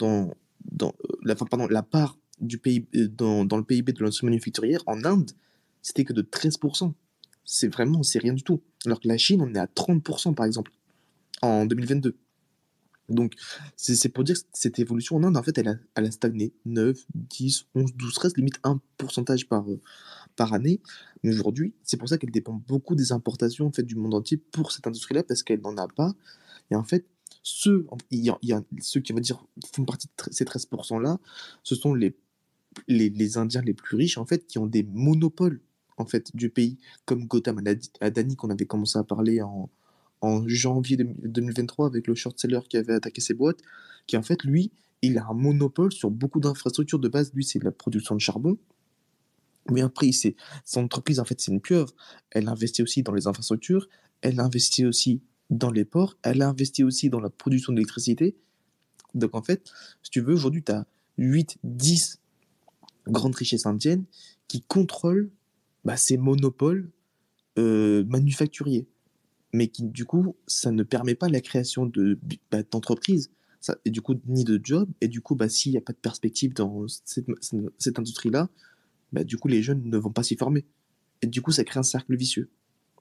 Speaker 2: la part du PIB, dans le PIB de l'industrie manufacturière en Inde, c'était que de 13%. C'est rien du tout. Alors que la Chine, on est à 30% par exemple, en 2022. Donc, c'est pour dire que cette évolution en Inde, en fait, elle a stagné 9, 10, 11, 12, 13, limite un pourcentage par année. Mais aujourd'hui, c'est pour ça qu'elle dépend beaucoup des importations en fait, du monde entier pour cette industrie-là, parce qu'elle n'en a pas. Et en fait, il y a ceux qui, on va dire, font partie de ces 13%-là, ce sont les Indiens les plus riches, en fait, qui ont des monopoles, en fait, du pays, comme Gautam Adani, qu'on avait commencé à parler en janvier 2023 avec le short seller qui avait attaqué ses boîtes, qui, en fait, lui, il a un monopole sur beaucoup d'infrastructures de base. Lui, c'est la production de charbon. Mais après, son entreprise, en fait, c'est une pieuvre. Elle investit aussi dans les infrastructures, elle investit aussi dans les ports, elle investit aussi dans la production d'électricité. Donc, en fait, si tu veux, aujourd'hui, tu as 8, 10 grandes richesses indiennes qui contrôlent ces monopoles manufacturiers. Mais qui, du coup, ça ne permet pas la création d'entreprises, et du coup, ni de jobs. Et du coup, s'il n'y a pas de perspective dans cette industrie-là, du coup, les jeunes ne vont pas s'y former. Et du coup, ça crée un cercle vicieux.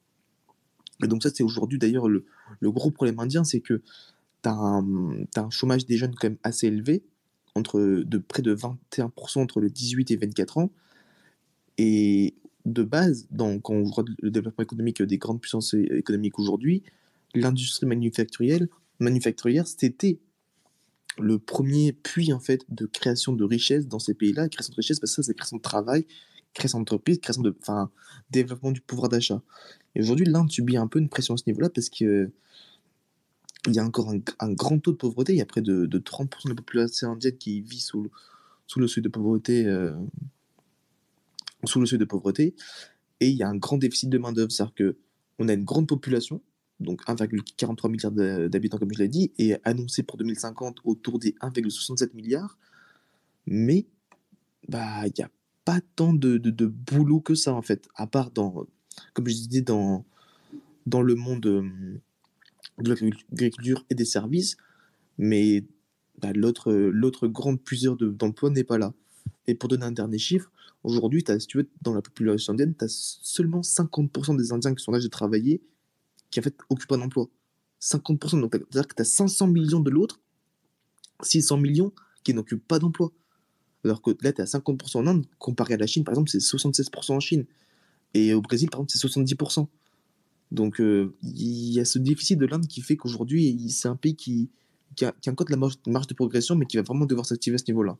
Speaker 2: Et donc ça, c'est aujourd'hui d'ailleurs le gros problème indien, c'est que t'as un chômage des jeunes quand même assez élevé, de près de 21% entre les 18 et 24 ans. Et de base, quand on regarde le développement économique des grandes puissances économiques aujourd'hui, l'industrie manufacturière, c'était le premier puits en fait de création de richesse dans ces pays-là. Création de richesse, parce que ça, c'est création de travail, création d'entreprise, développement du pouvoir d'achat. Et aujourd'hui, l'Inde subit un peu une pression à ce niveau-là parce que il y a encore un grand taux de pauvreté. Il y a près de 30% de la population indienne qui vit sous le seuil de pauvreté, sous le seuil de pauvreté. Et il y a un grand déficit de main-d'œuvre. C'est-à-dire qu'on a une grande population, donc 1,43 milliard d'habitants, comme je l'ai dit, et annoncé pour 2050 autour des 1,67 milliards. Mais il n'y a pas tant de boulot que ça, en fait, à part comme je disais, dans le monde de l'agriculture et des services. Mais l'autre grande puiseur d'emploi n'est pas là. Et pour donner un dernier chiffre, aujourd'hui, si tu veux, dans la population indienne, tu as seulement 50% des Indiens qui sont en âge de travailler qui en fait occupent un emploi. 50%, donc c'est-à-dire que tu as 500 millions de l'autre, 600 millions qui n'occupent pas d'emploi. Alors que là, tu es à 50% en Inde, comparé à la Chine, par exemple, c'est 76% en Chine. Et au Brésil, par exemple, c'est 70%. Donc, il y a ce déficit de l'Inde qui fait qu'aujourd'hui, c'est un pays qui a encore de la marge de progression, mais qui va vraiment devoir s'activer à ce niveau-là.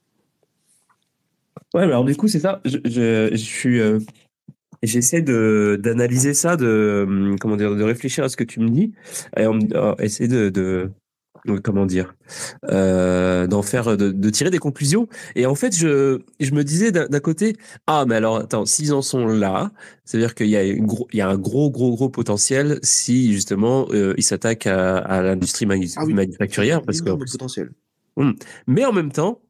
Speaker 1: Ouais, mais alors du coup, c'est ça. Je suis, j'essaie d'analyser ça, comment dire, de réfléchir à ce que tu me dis, et essayer comment dire, d'en faire, de tirer des conclusions. Et en fait, je me disais d'un côté, ah, mais alors, attends, s'ils en sont là, c'est-à-dire qu'il y a il y a un gros potentiel si justement ils s'attaquent à l'industrie
Speaker 2: Ah oui, il y a
Speaker 1: manufacturière,
Speaker 2: un
Speaker 1: parce qu'en
Speaker 2: énorme
Speaker 1: plus,
Speaker 2: potentiel.
Speaker 1: mais en même temps,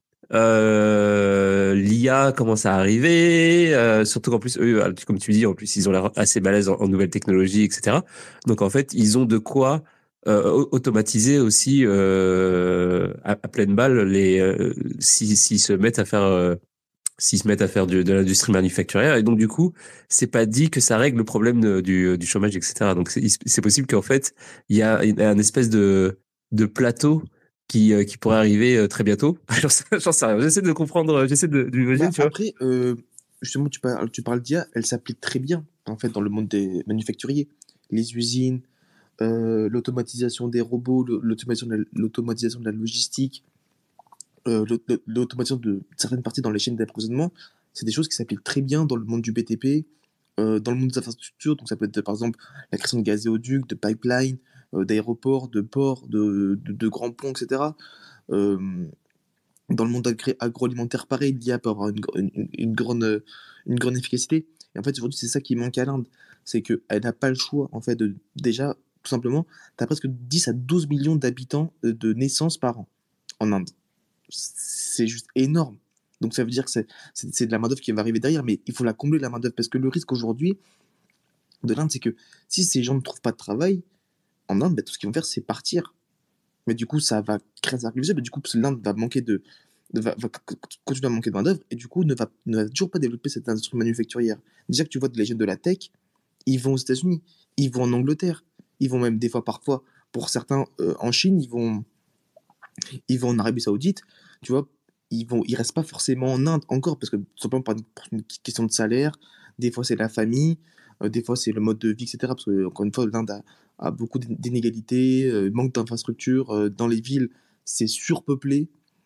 Speaker 1: l'IA commence à arriver, surtout qu'en plus, eux, comme tu dis, en plus, ils ont l'air assez balèzes en nouvelles technologies, etc. Donc, en fait, ils ont de quoi automatiser aussi à pleine balle s'ils se mettent à faire s'ils se mettent à faire de l'industrie manufacturière. Et donc, du coup, c'est pas dit que ça règle le problème du chômage, etc. Donc, c'est possible qu'en fait, il y a un espèce de plateau qui pourrait arriver très bientôt. J'en sais rien. J'essaie de comprendre, j'essaie d'imaginer, tu vois.
Speaker 2: Après, justement, tu parles d'IA, elle s'applique très bien, en fait, dans le monde des manufacturiers. Les usines, l'automatisation des robots, l'automatisation de la logistique, l'automatisation de certaines parties dans les chaînes d'approvisionnement, c'est des choses qui s'appliquent très bien dans le monde du BTP, dans le monde des infrastructures. Donc, ça peut être, par exemple, la création de gazéoducs, de pipelines, d'aéroports, de ports, de grands ponts, etc. Euh, Dans le monde agroalimentaire, pareil, l'IA peut avoir une grande efficacité. Et en fait, aujourd'hui, c'est ça qui manque à l'Inde. C'est qu'elle n'a pas le choix, en fait, déjà, tout simplement, tu as presque 10 à 12 millions d'habitants de naissance par an en Inde. C'est juste énorme. Donc ça veut dire que c'est de la main-d'œuvre qui va arriver derrière, mais il faut la combler, la main-d'œuvre, parce que le risque aujourd'hui de l'Inde, c'est que si ces gens ne trouvent pas de travail en Inde, tout ce qu'ils vont faire, c'est partir. Mais du coup, ça va créer un cercle vicieux, mais du coup, l'Inde va manquer va continuer à manquer de main-d'œuvre et du coup ne va toujours pas développer cette industrie manufacturière. Déjà que tu vois les jeunes de la tech, ils vont aux États-Unis, ils vont en Angleterre, ils vont même des fois, parfois, pour certains, en Chine, ils vont en Arabie Saoudite, tu vois, ils restent pas forcément en Inde encore parce que tout simplement pour une question de salaire, des fois c'est la famille, des fois c'est le mode de vie, etc. Parce que, encore une fois, l'Inde a beaucoup d'inégalités, manque d'infrastructures, dans les villes, c'est surpeuplé,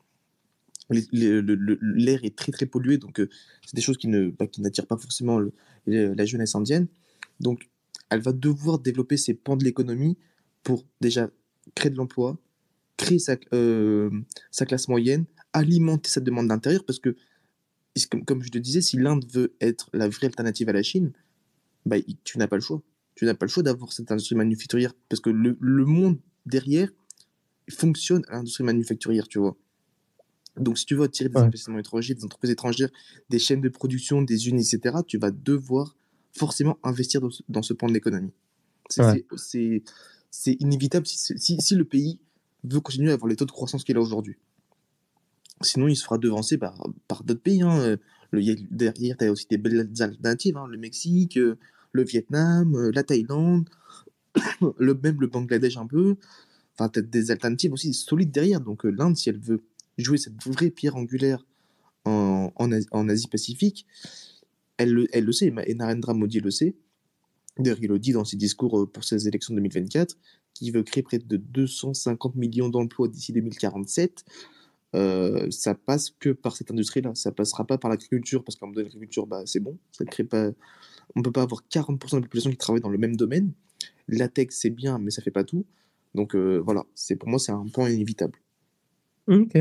Speaker 2: l'air est très très pollué, donc c'est des choses qui n'attirent pas forcément la jeunesse indienne. Donc elle va devoir développer ces pans de l'économie pour déjà créer de l'emploi, créer sa classe moyenne, alimenter sa demande d'intérieur, parce que, comme je te disais, si l'Inde veut être la vraie alternative à la Chine, bah, tu n'as pas le choix. Tu n'as pas le choix d'avoir cette industrie manufacturière, parce que le monde derrière fonctionne à l'industrie manufacturière, tu vois. Donc, si tu veux attirer des
Speaker 1: Ouais.
Speaker 2: investissements étrangers, des entreprises étrangères, des chaînes de production, des usines, etc., tu vas devoir forcément investir dans ce pan de l'économie. C'est
Speaker 1: Ouais.
Speaker 2: c'est- c'est- c'est inévitable si le pays veut continuer à avoir les taux de croissance qu'il a aujourd'hui. Sinon, il se fera devancer par d'autres pays, hein. Derrière, tu as aussi des belles alternatives, hein. Le Mexique, le Vietnam, la Thaïlande, même le Bangladesh un peu. Enfin, tu as des alternatives aussi solides derrière. Donc, l'Inde, si elle veut jouer cette vraie pierre angulaire en Asie-Pacifique, elle le sait. Et Narendra Modi le sait. D'ailleurs, il le dit dans ses discours pour ses élections 2024, qu'il veut créer près de 250 millions d'emplois d'ici 2047. Ça passe que par cette industrie-là. Ça passera pas par l'agriculture, parce qu'en mode l'agriculture, bah, c'est bon. Ça crée pas... On peut pas avoir 40% de la population qui travaille dans le même domaine. La tech, c'est bien, mais ça fait pas tout. Donc voilà, pour moi, c'est un point inévitable.
Speaker 1: Ok.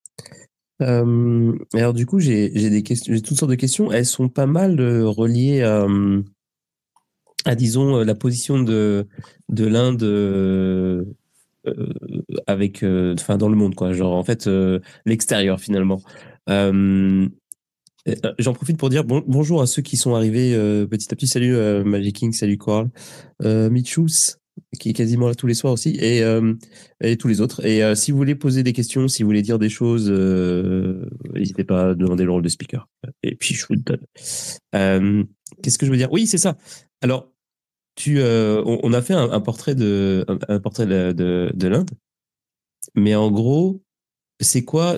Speaker 1: Alors du coup, j'ai des questions, j'ai toutes sortes de questions. Elles sont pas mal reliées à, disons, la position de l'Inde euh, avec, enfin, dans le monde, quoi. Genre, en fait, l'extérieur, finalement. Euh, J'en profite pour dire bonjour à ceux qui sont arrivés petit à petit. Salut Magic King, salut Coral, Michous, qui est quasiment là tous les soirs aussi, et tous les autres. Et si vous voulez poser des questions, si vous voulez dire des choses, n'hésitez pas à demander le rôle de speaker. Et puis je vous le donne. Euh, Qu'est-ce que je veux dire? Oui, c'est ça. Alors, on a fait un portrait un portrait de l'Inde, mais en gros, c'est quoi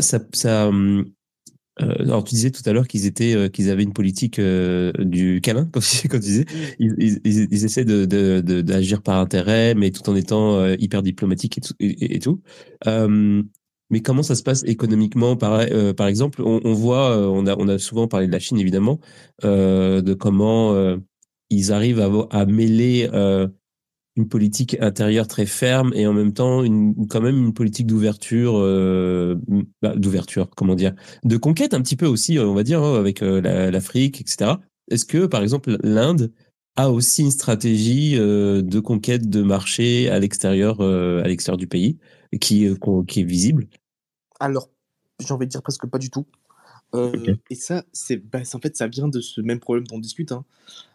Speaker 1: alors, tu disais tout à l'heure qu'ils avaient une politique du câlin, comme tu disais. Ils essaient d'agir par intérêt, mais tout en étant hyper diplomatique et tout. Euh, mais comment ça se passe économiquement, par exemple, on voit, on a souvent parlé de la Chine, évidemment, de comment ils arrivent à mêler une politique intérieure très ferme et en même temps quand même une politique d'ouverture, d'ouverture, comment dire, de conquête un petit peu aussi, on va dire, hein, avec l'Afrique, etc. Est-ce que, par exemple, l'Inde a aussi une stratégie de conquête de marché à l'extérieur du pays, qui est visible?
Speaker 2: Alors, j'ai envie de dire presque pas du tout.
Speaker 1: Ok.
Speaker 2: Et ça, en fait, ça vient de ce même problème dont on discute, hein.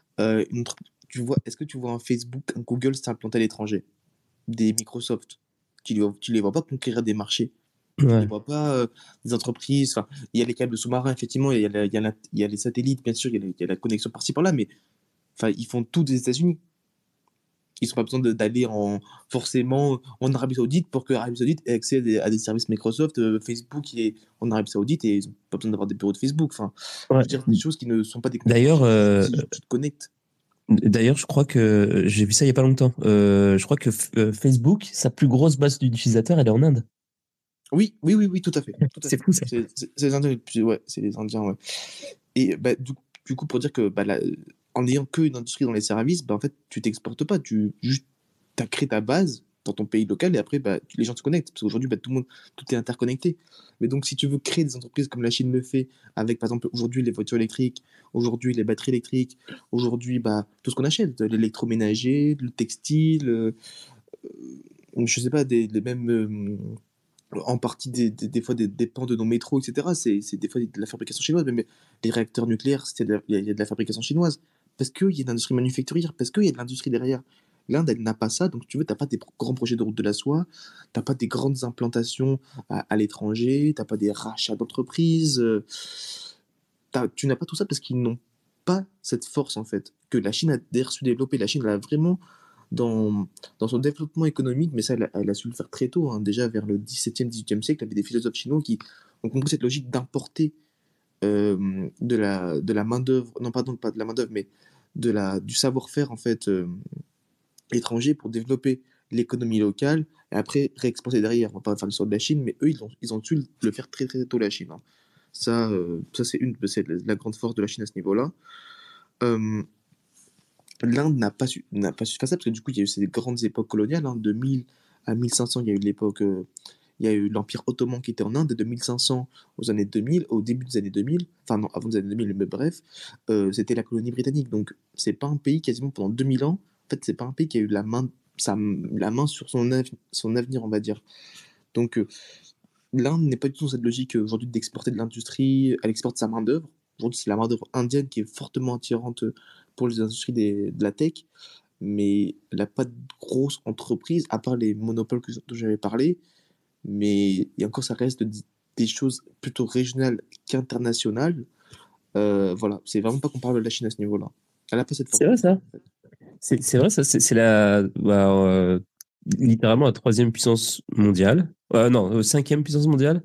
Speaker 2: Est-ce que tu vois un Facebook, un Google s'implanter à l'étranger? Des Microsoft? Tu les vois pas conquérir des marchés. Tu les
Speaker 1: Ouais.
Speaker 2: vois pas, des entreprises. Enfin, il y a les câbles sous-marins, effectivement, il y a les satellites, bien sûr, il y a la connexion par-ci par-là, mais enfin, ils font tout des États-Unis. Ils n'ont pas besoin d'aller forcément en Arabie Saoudite pour que l'Arabie Saoudite ait accès à des services Microsoft. Facebook est en Arabie Saoudite et ils n'ont pas besoin d'avoir des bureaux de Facebook. Enfin, je
Speaker 1: Ouais.
Speaker 2: veux dire, des choses qui ne sont pas des
Speaker 1: D'ailleurs,
Speaker 2: concurrences. Si tu te connectes.
Speaker 1: D'ailleurs, je crois que j'ai vu ça il y a pas longtemps. Je crois que Facebook, sa plus grosse base d'utilisateurs, elle est en Inde.
Speaker 2: Oui, oui, oui, oui, tout à fait. Tout à
Speaker 1: C'est
Speaker 2: fait.
Speaker 1: fou ça.
Speaker 2: C'est les Indiens ouais, c'est les Indiens, ouais. Et bah, du coup, pour dire que en n'ayant qu'une industrie dans les services, bah, en fait, tu t'exportes pas. Tu juste, as créé ta base dans ton pays local et après, bah, les gens se connectent. Parce qu'aujourd'hui, bah, tout est interconnecté. Mais donc, si tu veux créer des entreprises comme la Chine le fait, avec par exemple aujourd'hui les voitures électriques, aujourd'hui les batteries électriques, aujourd'hui bah, tout ce qu'on achète, l'électroménager, le textile, je sais pas, des mêmes. En partie des fois des pans de nos métros, etc. C'est des fois de la fabrication chinoise, mais les réacteurs nucléaires, il y a de la fabrication chinoise. Parce qu'il y a de l'industrie manufacturière, parce qu'il y a de l'industrie derrière. L'Inde, elle n'a pas ça, donc tu veux, t'as pas des grands projets de route de la soie, t'as pas des grandes implantations à l'étranger, t'as pas des rachats d'entreprises, tu n'as pas tout ça parce qu'ils n'ont pas cette force en fait que la Chine a d'ailleurs su développer. La Chine elle a vraiment dans son développement économique, mais ça, elle a su le faire très tôt, hein. Déjà vers le 17e, 18e siècle, il y avait des philosophes chinois qui ont compris cette logique d'importer de la main-d'œuvre, non, pardon, pas de la main-d'œuvre, mais du savoir-faire en fait étranger pour développer l'économie locale et après réexporter derrière. On va pas faire l'histoire de la Chine, mais eux, ils ont su le faire très très tôt, la Chine, hein. Ça c'est la grande force de la Chine à ce niveau-là. Euh, L'Inde n'a pas su faire ça parce que du coup, il y a eu ces grandes époques coloniales, hein, de 1000 à 1500, il y a eu l'époque Il y a eu l'Empire ottoman qui était en Inde de 1500 aux années 2000, au début des années 2000, enfin non, avant les années 2000, mais bref, c'était la colonie britannique. Donc, c'est pas un pays quasiment pendant 2000 ans. En fait, c'est pas un pays qui a eu la main sur son avenir, on va dire. Donc, l'Inde n'est pas du tout dans cette logique aujourd'hui d'exporter de l'industrie, elle exporte sa main-d'œuvre. Aujourd'hui, c'est la main-d'œuvre indienne qui est fortement attirante pour les industries de la tech, mais elle n'a pas de grosses entreprises, à part les monopoles dont j'avais parlé. Mais et encore, ça reste des choses plutôt régionales qu'internationales. Voilà, c'est vraiment pas comparable à la Chine à ce niveau-là. Elle n'a pas cette
Speaker 1: C'est vrai
Speaker 2: force-là.
Speaker 1: ça. C'est vrai ça. C'est la littéralement la troisième puissance mondiale. Non, cinquième puissance mondiale.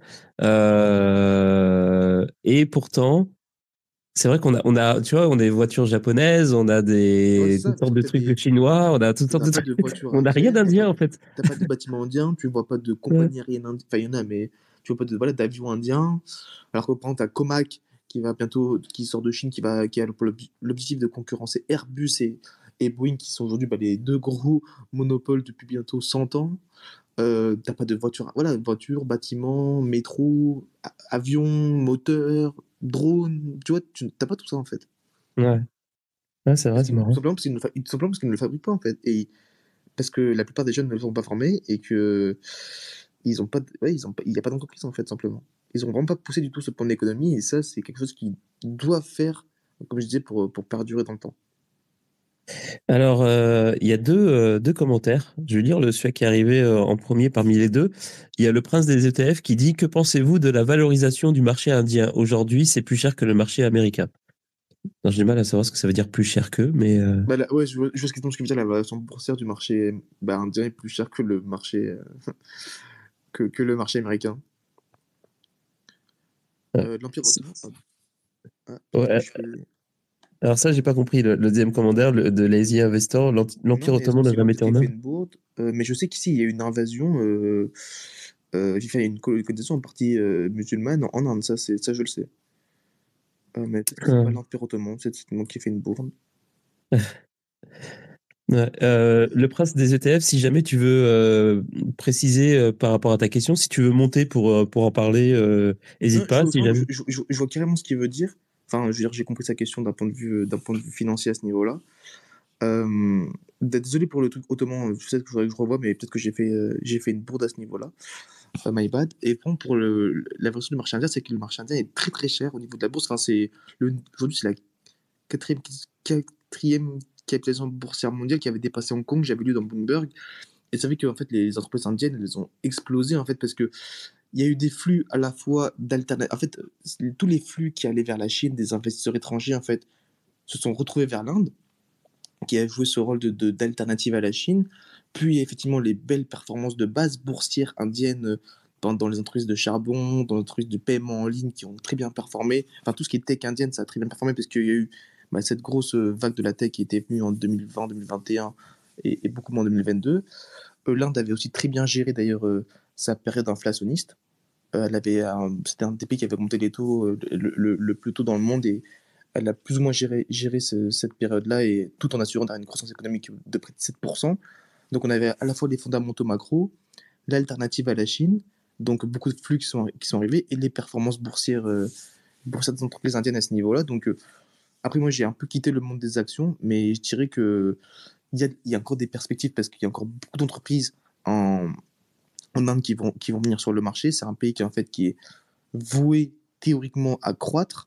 Speaker 1: Et pourtant, c'est vrai qu'on a, tu vois, on a des voitures japonaises, on a
Speaker 2: Ouais, c'est ça,
Speaker 1: toutes
Speaker 2: parce
Speaker 1: sortes
Speaker 2: que
Speaker 1: de trucs chinois, on a toutes
Speaker 2: t'as
Speaker 1: sortes de
Speaker 2: pas
Speaker 1: trucs.
Speaker 2: de voiture
Speaker 1: On n'a rien
Speaker 2: affaires,
Speaker 1: d'indien en fait.
Speaker 2: t'as pas de bâtiment indien, tu vois pas de
Speaker 1: Ouais.
Speaker 2: compagnie aérienne indienne, enfin il y en a, mais tu vois pas de, voilà, d'avion indien. Alors que par exemple, t'as Comac qui va bientôt, qui sort de Chine, qui a pour l'objectif de concurrencer Airbus et Boeing, qui sont aujourd'hui les deux gros monopoles depuis bientôt 100 ans. T'as pas de voiture, voilà, voiture, bâtiment, métro, avion, moteur, drone, tu vois, t'as pas tout ça en fait.
Speaker 1: Ouais. Ouais, c'est vrai, c'est
Speaker 2: Tout
Speaker 1: marrant.
Speaker 2: simplement tout simplement parce qu'ils ne le fabriquent pas en fait. Et parce que la plupart des jeunes ne sont pas formés et que ils ont pas, ouais, il n'y a pas d'entreprise en fait, simplement. Ils ont vraiment pas poussé du tout ce point d'économie et ça, c'est quelque chose qu'ils doivent faire, comme je disais, pour perdurer dans le temps.
Speaker 1: Alors, il y a deux commentaires. Je vais lire celui qui est arrivé en premier parmi les deux. Il y a le prince des ETF qui dit: Que pensez-vous de la valorisation du marché indien? Aujourd'hui, c'est plus cher que le marché américain. Non, j'ai du mal à savoir ce que ça veut dire plus cher que, mais
Speaker 2: Bah là, ouais, je vois ce que tu veux dire, la variation boursière du marché bah, indien est plus cher que le marché, que le marché américain.
Speaker 1: ouais.
Speaker 2: L'Empire ottoman, pardon. Ah, peut-être que
Speaker 1: Ouais.
Speaker 2: je fais.
Speaker 1: Alors ça, j'ai pas compris. Le deuxième commentaire de Lazy Investor,
Speaker 2: Non,
Speaker 1: l'Empire
Speaker 2: mais est-ce que
Speaker 1: ottoman n'a
Speaker 2: c'est
Speaker 1: jamais
Speaker 2: l'Empire
Speaker 1: été
Speaker 2: qui
Speaker 1: en
Speaker 2: fait
Speaker 1: Inde.
Speaker 2: une bourde? Mais je sais qu'ici, il y a eu une invasion. J'ai fait une colonisation en partie musulmane en Inde, ça je le sais. Mais peut-être que c'est pas
Speaker 1: Ah.
Speaker 2: l'Empire ottoman, c'est moi qui ai fait une bourde.
Speaker 1: Ouais, le prince des ETF, si jamais tu veux préciser par rapport à ta question, si tu veux monter pour en parler,
Speaker 2: Non,
Speaker 1: hésite pas. Si jamais.
Speaker 2: je vois carrément ce qu'il veut dire. Enfin, je veux dire, j'ai compris sa question d'un point de vue financier à ce niveau-là. Euh, Désolé pour le truc ottoman, je sais que faudrait que je revoie, mais peut-être que j'ai fait une bourde à ce niveau-là. My bad. Et bon, pour la version du marché indien, c'est que le marché indien est très très cher au niveau de la bourse. Enfin, aujourd'hui, c'est la quatrième, quatrième capitalisation boursière mondiale qui avait dépassé Hong Kong, j'avais lu dans Bloomberg. Et ça fait que en fait, les entreprises indiennes, elles ont explosé en fait parce que il y a eu des flux à la fois d'alternatives. En fait, tous les flux qui allaient vers la Chine, des investisseurs étrangers, en fait, se sont retrouvés vers l'Inde, qui a joué ce rôle d'alternative à la Chine. Puis, effectivement, les belles performances de base boursière indienne dans les entreprises de charbon, dans les entreprises de paiement en ligne qui ont très bien performé. Enfin, tout ce qui est tech indienne, ça a très bien performé parce qu'il y a eu cette grosse vague de la tech qui était venue en 2020, 2021 et beaucoup moins en 2022. L'Inde avait aussi très bien géré d'ailleurs sa période inflationniste. C'était un des pays qui avait monté les taux le plus tôt dans le monde et elle a plus ou moins géré cette période-là et tout en assurant derrière une croissance économique de près de 7%. Donc on avait à la fois les fondamentaux macro, l'alternative à la Chine, donc beaucoup de flux qui sont arrivés et les performances boursières pour certaines entreprises indiennes à ce niveau-là. Donc après moi j'ai un peu quitté le monde des actions, mais je dirais que il y a encore des perspectives parce qu'il y a encore beaucoup d'entreprises en Inde qui vont venir sur le marché. C'est un pays qui, en fait, qui est voué théoriquement à croître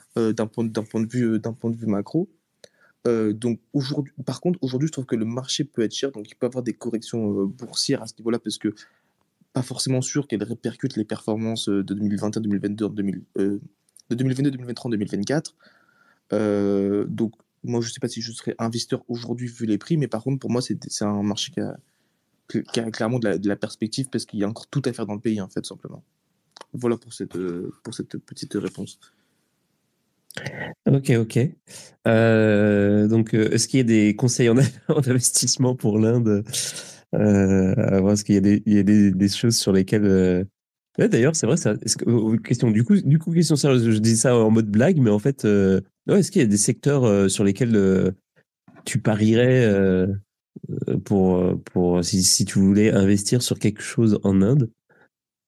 Speaker 2: d'un point de vue macro. Donc aujourd'hui, par contre, aujourd'hui, je trouve que le marché peut être cher, donc il peut y avoir des corrections boursières à ce niveau-là, parce que pas forcément sûr qu'elles répercutent les performances de 2021, 2022, de 2022, 2023, 2024. Donc moi, je sais pas si je serais investisseur aujourd'hui vu les prix, mais par contre, pour moi, c'est un marché qui a clairement de la perspective, parce qu'il y a encore tout à faire dans le pays, en fait, simplement. Voilà pour cette petite réponse.
Speaker 1: Ok, ok. Donc, est-ce qu'il y a des conseils en investissement pour l'Inde? À voir, est-ce qu'il y a des choses sur lesquelles. Ouais, d'ailleurs, c'est vrai, ça. Question, du coup, question sérieuse. Je dis ça en mode blague, mais en fait, ouais, est-ce qu'il y a des secteurs sur lesquels tu parierais pour si tu voulais investir sur quelque chose en Inde?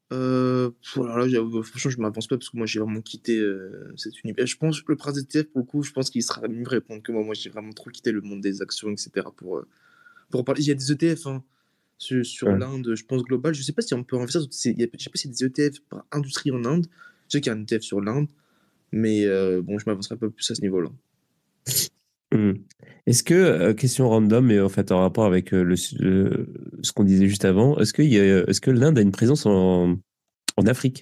Speaker 2: Voilà, franchement, je m'avance pas parce que moi, j'ai vraiment quitté cet univers. Je pense que le prince des ETF, pour le coup, je pense qu'il sera mieux répondre que moi. Moi, j'ai vraiment trop quitté le monde des actions, etc. Pour en parler. Il y a des ETF hein, sur
Speaker 1: Ouais.
Speaker 2: l'Inde, je pense, global. Je sais pas si on peut investir. Je sais pas s'il y a des ETF par industrie en Inde. Je sais qu'il y a un ETF sur l'Inde, mais bon, je m'avancerai pas plus à ce niveau-là.
Speaker 1: Hmm. Est-ce que, question random, mais en fait en rapport avec ce qu'on disait juste avant, est-ce que l'Inde a une présence en Afrique?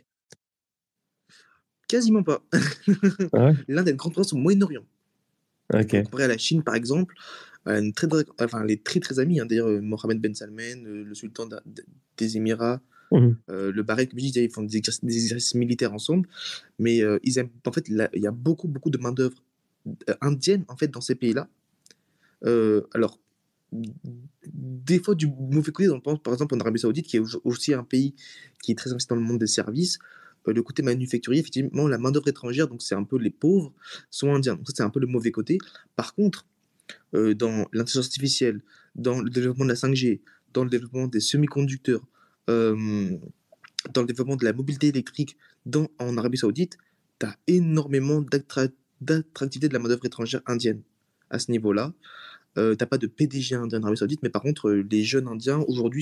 Speaker 2: Quasiment pas.
Speaker 1: Ah ouais?
Speaker 2: L'Inde a une grande présence au Moyen-Orient.
Speaker 1: Ok.
Speaker 2: Comparé à la Chine, par exemple, elle est très très amie. Hein. D'ailleurs, Mohamed Ben Salman, le sultan des Émirats,
Speaker 1: Mhm.
Speaker 2: le Bahreïn, comme je disais, ils font des exercices militaires ensemble. Mais ils aiment, en fait, il y a beaucoup, beaucoup de main-d'œuvre indienne en fait, dans ces pays-là. Alors, des fois, du mauvais côté, on pense par exemple en Arabie Saoudite, qui est aussi un pays qui est très investi dans le monde des services. Le côté manufacturier, effectivement, la main-d'œuvre étrangère, donc c'est un peu les pauvres, sont indiens. Donc, ça, c'est un peu le mauvais côté. Par contre, dans l'intelligence artificielle, dans le développement de la 5G, dans le développement des semi-conducteurs, euh, dans le développement de la mobilité électrique en Arabie Saoudite, tu as énormément d'attractivité de la main-d'œuvre étrangère indienne à ce niveau-là. T'as pas de PDG indien en Arabie Saoudite, mais par contre, les jeunes indiens aujourd'hui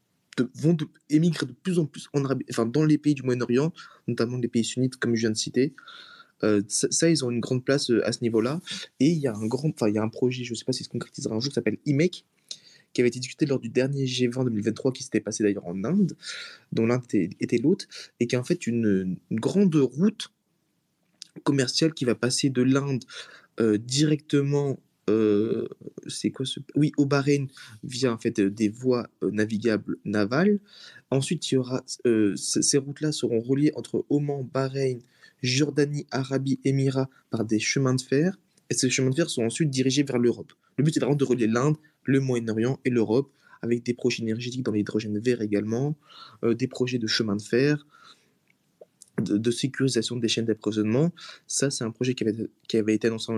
Speaker 2: émigrer de plus en plus enfin, dans les pays du Moyen-Orient, notamment les pays sunnites, comme je viens de citer. Ça, ils ont une grande place à ce niveau-là. Et il y a un projet, je ne sais pas s'il se concrétisera un jour, qui s'appelle IMEC, qui avait été discuté lors du dernier G20 2023, qui s'était passé d'ailleurs en Inde, dont l'Inde était l'hôte, et qui est en fait une grande route commerciale qui va passer de l'Inde directement c'est quoi oui, au Bahreïn via en fait des voies navigables navales. Ensuite, il y aura ces routes-là seront reliées entre Oman, Bahreïn, Jordanie, Arabie, Émirats par des chemins de fer. Et ces chemins de fer sont ensuite dirigés vers l'Europe. Le but est vraiment de relier l'Inde, le Moyen-Orient et l'Europe avec des projets énergétiques dans l'hydrogène vert également, des projets de chemin de fer, de sécurisation des chaînes d'approvisionnement. Ça, c'est un projet qui avait été annoncé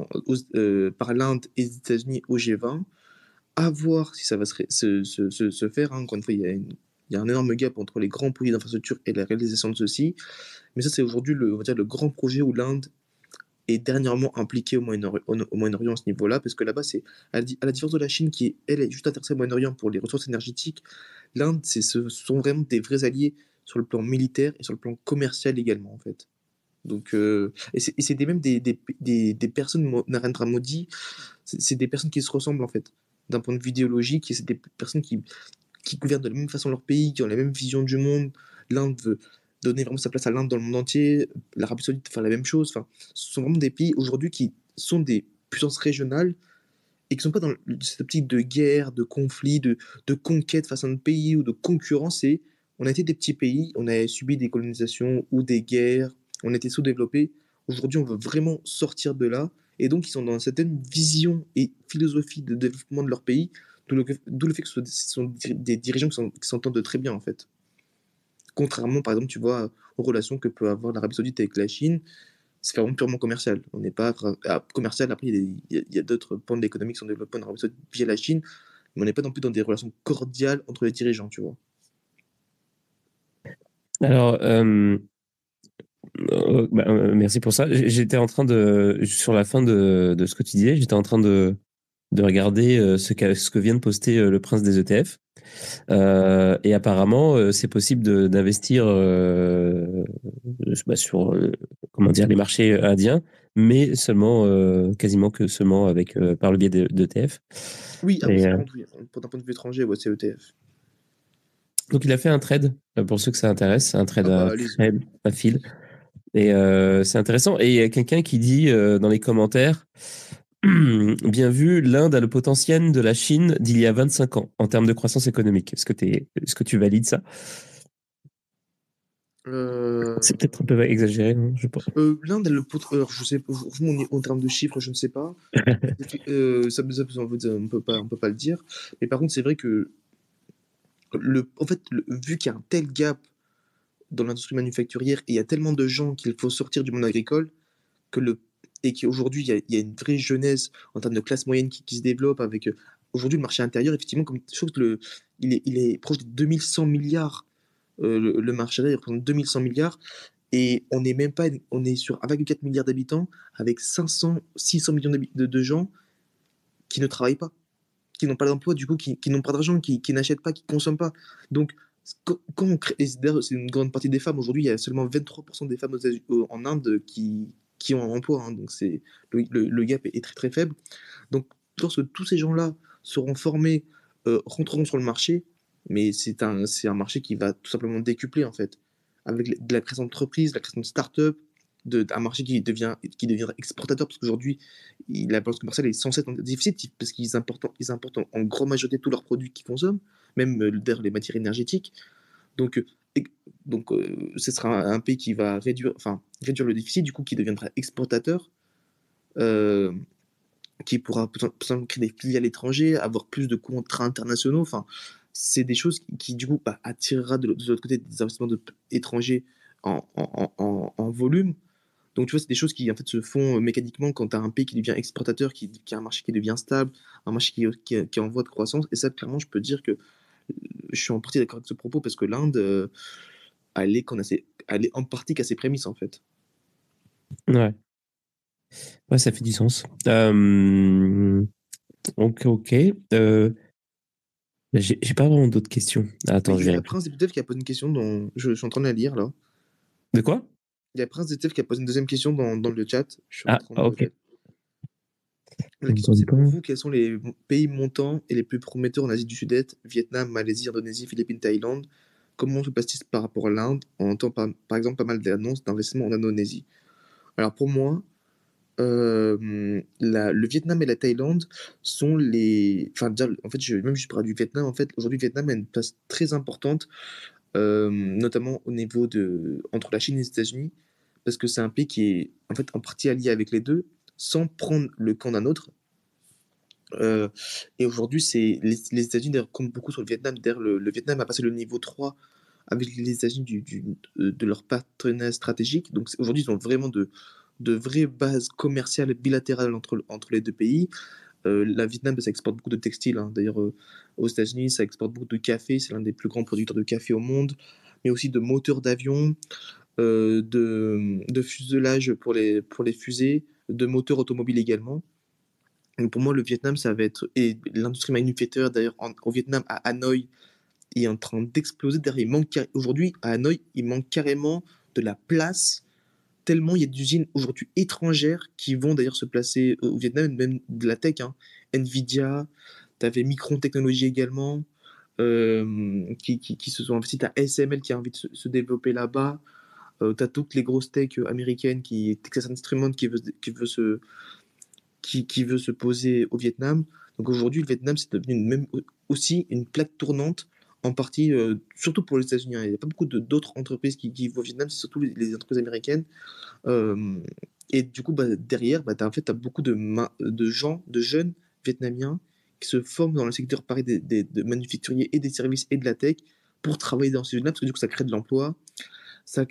Speaker 2: par l'Inde et les États-Unis au G20. À voir si ça va se faire. Hein. Encore une fois, il y a un énorme gap entre les grands projets d'infrastructure et la réalisation de ceux-ci. Mais ça, c'est aujourd'hui on va dire, le grand projet où l'Inde est dernièrement impliquée au Moyen-Orient à ce niveau-là, parce que là-bas, c'est à la différence de la Chine, qui elle est juste intéressée au Moyen-Orient pour les ressources énergétiques, l'Inde, ce sont vraiment des vrais alliés sur le plan militaire et sur le plan commercial également, en fait. Donc, et c'est même des personnes, Narendra Modi, c'est des personnes qui se ressemblent en fait, d'un point de vue idéologique, et c'est des personnes qui gouvernent de la même façon leur pays, qui ont la même vision du monde. L'Inde veut donner vraiment sa place à l'Inde dans le monde entier, l'Arabie Saoudite fait la même chose. Enfin, ce sont vraiment des pays aujourd'hui qui sont des puissances régionales et qui ne sont pas dans cette optique de guerre, de conflit, de conquête face à un pays ou de concurrence. On a été des petits pays, on a subi des colonisations ou des guerres, on était sous-développés. Aujourd'hui, on veut vraiment sortir de là. Et donc, ils sont dans une certaine vision et philosophie de développement de leur pays, d'où le fait que ce sont des dirigeants qui s'entendent très bien, en fait. Contrairement, par exemple, tu vois, aux relations que peut avoir l'Arabie Saoudite avec la Chine, c'est vraiment purement commercial. On n'est pas commercial. Après, il y a d'autres pans de l'économie qui sont développés en Arabie Saoudite via la Chine, mais on n'est pas non plus dans des relations cordiales entre les dirigeants, tu vois.
Speaker 1: Alors, merci pour ça. J'étais en train sur la fin de ce que tu disais, j'étais en train de regarder ce que vient de poster le prince des ETF. Et apparemment, c'est possible d'investir sur comment dire les marchés indiens, mais seulement quasiment que seulement avec par le biais d'ETF.
Speaker 2: Oui, ah oui,
Speaker 1: Et,
Speaker 2: par contre, oui, d'un point de vue étranger, ouais, c'est ETF.
Speaker 1: donc il a fait un trade pour ceux que ça intéresse, un trade
Speaker 2: Ah bah, allez-y.
Speaker 1: à fil. Et c'est intéressant. Et il y a quelqu'un qui dit dans les commentaires, bien vu, l'Inde a le potentiel de la Chine d'il y a 25 ans en termes de croissance économique. Est-ce que tu valides ça? C'est
Speaker 2: Euh...
Speaker 1: peut-être un peu exagéré, non? Je pense.
Speaker 2: L'Inde, elle le alors, je sais pas, franchement, en termes de chiffres, je ne sais pas. On peut pas le dire. Mais par contre, c'est vrai que en fait, vu qu'il y a un tel gap dans l'industrie manufacturière et il y a tellement de gens qu'il faut sortir du monde agricole que et qu'aujourd'hui il y a une vraie jeunesse en termes de classe moyenne qui se développe avec aujourd'hui le marché intérieur effectivement comme je trouve que il est proche de 2100 milliards le marché là, il représente 2100 milliards. Et on est même pas, on est sur 1,4 milliard d'habitants avec 600 millions de gens qui ne travaillent pas, qui n'ont pas d'emploi, du coup, qui n'ont pas d'argent, qui n'achètent pas, qui ne consomment pas. Donc, quand on crée, et d'ailleurs, c'est une grande partie des femmes, aujourd'hui, il y a seulement 23% des femmes en Inde qui ont un emploi, hein, donc le gap est très très faible. Donc, lorsque tous ces gens-là seront formés, rentreront sur le marché, mais c'est un marché qui va tout simplement décupler, en fait, avec de la création d'entreprises, la création de start-up, un marché qui deviendra exportateur, parce qu'aujourd'hui, la balance commerciale est censée être en déficit, parce ils importent en grande majorité tous leurs produits qu'ils consomment, même d'ailleurs les matières énergétiques. Donc, et- ce sera un pays qui va réduire le déficit, du coup, qui deviendra exportateur. Euh, qui pourra potentiellement créer des filiales à l'étranger, avoir plus de contrats internationaux. Enfin, c'est des choses qui du coup, bah, attirera de l'autre côté des investissements étrangers en volume. Donc, tu vois, c'est des choses qui en fait se font mécaniquement quand tu as un pays qui devient exportateur, qui a un marché qui devient stable, un marché qui est en voie de croissance. Et ça, clairement, je peux dire que je suis en partie d'accord avec ce propos parce que l'Inde, elle est en partie qu'à ses prémices, en fait.
Speaker 1: Ouais. Ouais, ça fait du sens. Ok. J'ai pas vraiment d'autres questions.
Speaker 2: Mais
Speaker 1: Attends,
Speaker 2: il
Speaker 1: je
Speaker 2: y a
Speaker 1: vérifie.
Speaker 2: Prince Deptef qui a posé une question dont je suis en train de la lire là.
Speaker 1: De quoi?
Speaker 2: Il y a Prince Deptef qui a posé une deuxième question dans le chat. Je suis en
Speaker 1: Ah,
Speaker 2: train de
Speaker 1: ok.
Speaker 2: la. La question, c'est pour vous, quels sont les pays montants et les plus prometteurs en Asie du Sud-Est, Vietnam, Malaisie, Indonésie, Philippines, Thaïlande? Comment se passe-t-il par rapport à l'Inde? On entend par exemple pas mal d'annonces d'investissement en Indonésie. Alors pour moi, le Vietnam et la Thaïlande sont les. Enfin, déjà, en fait, même juste parler du Vietnam. En fait, aujourd'hui, le Vietnam a une place très importante, notamment au niveau entre la Chine et les États-Unis, parce que c'est un pays qui est en fait en partie allié avec les deux, sans prendre le camp d'un autre. Euh, et aujourd'hui, les États-Unis d'ailleurs, comptent beaucoup sur le Vietnam. D'ailleurs, le Vietnam a passé le niveau 3 avec les États-Unis de leur partenariat stratégique. Donc aujourd'hui, ils ont vraiment de vraies bases commerciales bilatérales entre les deux pays. La Vietnam, ça exporte beaucoup de textiles, hein. D'ailleurs, aux États-Unis, ça exporte beaucoup de café. C'est l'un des plus grands producteurs de café au monde, mais aussi de moteurs d'avion, de fuselage pour les fusées, de moteurs automobiles également. Donc pour moi, le Vietnam, ça va être. Et l'industrie manufacturière, d'ailleurs, au Vietnam, à Hanoï, est en train d'exploser. D'ailleurs, aujourd'hui, à Hanoï, il manque carrément de la place, tellement il y a d'usines aujourd'hui étrangères qui vont d'ailleurs se placer au Vietnam, même de la tech, hein. Nvidia, tu avais Micron Technology également, qui se sont investis. Tu as SML qui a envie de se développer là-bas. Tu as toutes les grosses tech américaines, Texas Instruments qui veut se poser au Vietnam. Donc aujourd'hui, le Vietnam, c'est devenu même aussi une plaque tournante, en partie, surtout pour les États-Unis, hein. Il n'y a pas beaucoup d'autres entreprises qui vont au Vietnam, c'est surtout les entreprises américaines. Euh, et du coup, bah, derrière, bah, en fait, tu as beaucoup de gens, de jeunes vietnamiens qui se forment dans le secteur pareil des manufacturiers et des services et de la tech pour travailler dans ces zones-là, parce que du coup, ça crée de l'emploi, ça,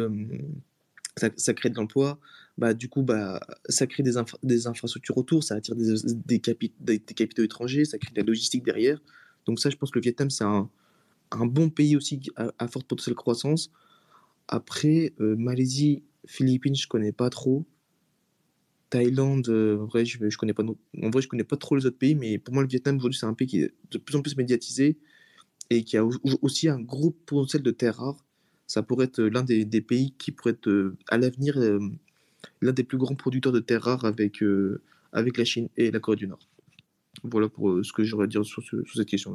Speaker 2: ça crée de l'emploi, bah, du coup, bah, ça crée des infrastructures autour, ça attire des capitaux étrangers, ça crée de la logistique derrière. Donc ça, je pense que le Vietnam, c'est un bon pays aussi à fort potentiel de croissance. Après, Malaisie, Philippines, je connais pas trop. Thaïlande, en vrai, je connais pas, en vrai, je connais pas trop les autres pays, mais pour moi, le Vietnam, aujourd'hui, c'est un pays qui est de plus en plus médiatisé et qui a aussi un gros potentiel de terres rares. Ça pourrait être l'un des pays qui pourrait être, à l'avenir, l'un des plus grands producteurs de terres rares avec la Chine et la Corée du Nord. Voilà pour ce que j'aurais à dire sur cette question-là.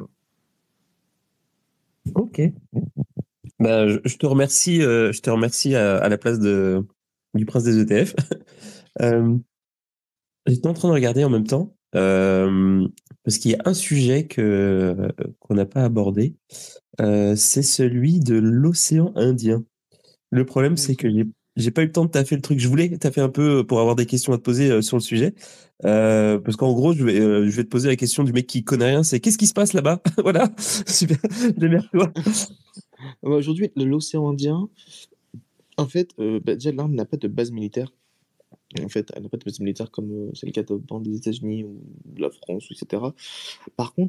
Speaker 1: Ok. Bah, je te remercie à la place du prince des ETF. Euh, J'étais en train de regarder en même temps, parce qu'il y a un sujet qu'on n'a pas abordé, c'est celui de l'océan Indien. Le problème, c'est que
Speaker 2: Ok.
Speaker 1: j'ai pas eu le temps de taffer le truc. Je voulais taffer un peu pour avoir des questions à te poser sur le sujet. Parce qu'en gros, je vais te poser la question du mec qui connaît rien, c'est qu'est-ce qui se passe là-bas? Voilà. Super. Démerde-toi.
Speaker 2: Bah, aujourd'hui, l'océan Indien, en fait, bah, déjà, l'Inde n'a pas de base militaire. En fait, elle n'a pas de base militaire comme c'est le cas des États-Unis ou de la France, etc. Par contre,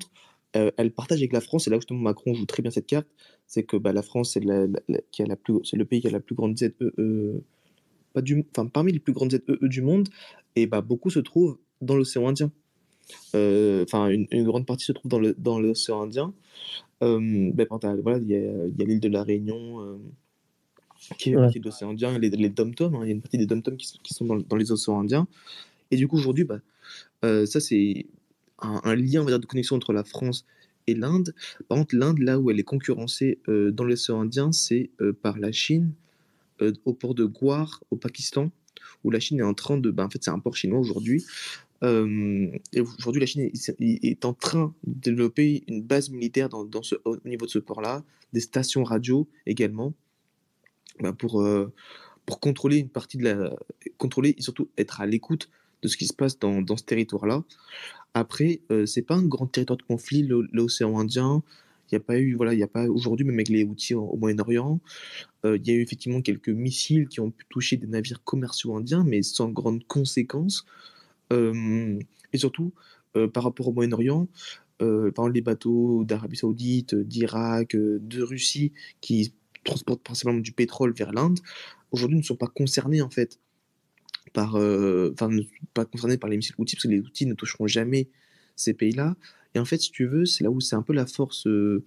Speaker 2: Elle partage avec la France, et là justement Macron joue très bien cette carte, c'est que la France, c'est le pays qui a la plus grande ZEE, enfin, parmi les plus grandes ZEE du monde, et beaucoup se trouvent dans l'océan Indien. Enfin, une grande partie se trouve dans l'océan Indien. Voilà, il y a l'île de la Réunion, qui est
Speaker 1: Ouais.
Speaker 2: partie de l'océan Indien, les dom-toms, hein, il y a une partie des dom-toms qui sont dans les océans Indiens. Et du coup, aujourd'hui, ça, c'est un lien, on va dire, de connexion entre la France et l'Inde. Par contre, l'Inde, là où elle est concurrencée dans l'océan Indien, c'est par la Chine, au port de Gwar, au Pakistan, où la Chine est en train de. En fait, c'est un port chinois aujourd'hui. Et aujourd'hui, la Chine est en train de développer une base militaire au niveau de ce port-là, des stations radio également, bah, pour, euh, pour contrôler une partie de la. Contrôler et surtout être à l'écoute de ce qui se passe dans ce territoire-là. Après, c'est pas un grand territoire de conflit, l'océan Indien. Il n'y a pas eu, voilà, il y a pas aujourd'hui, même avec les Houthis au Moyen-Orient, il y a eu effectivement quelques missiles qui ont pu toucher des navires commerciaux indiens, mais sans grandes conséquences. Et surtout, par rapport au Moyen-Orient, par exemple, les bateaux d'Arabie Saoudite, d'Irak, de Russie, qui transportent principalement du pétrole vers l'Inde, aujourd'hui ne sont pas concernés en fait enfin, ne sont pas concernés par les missiles outils, parce que les outils ne toucheront jamais ces pays-là. Et en fait, si tu veux, c'est là où c'est un peu la force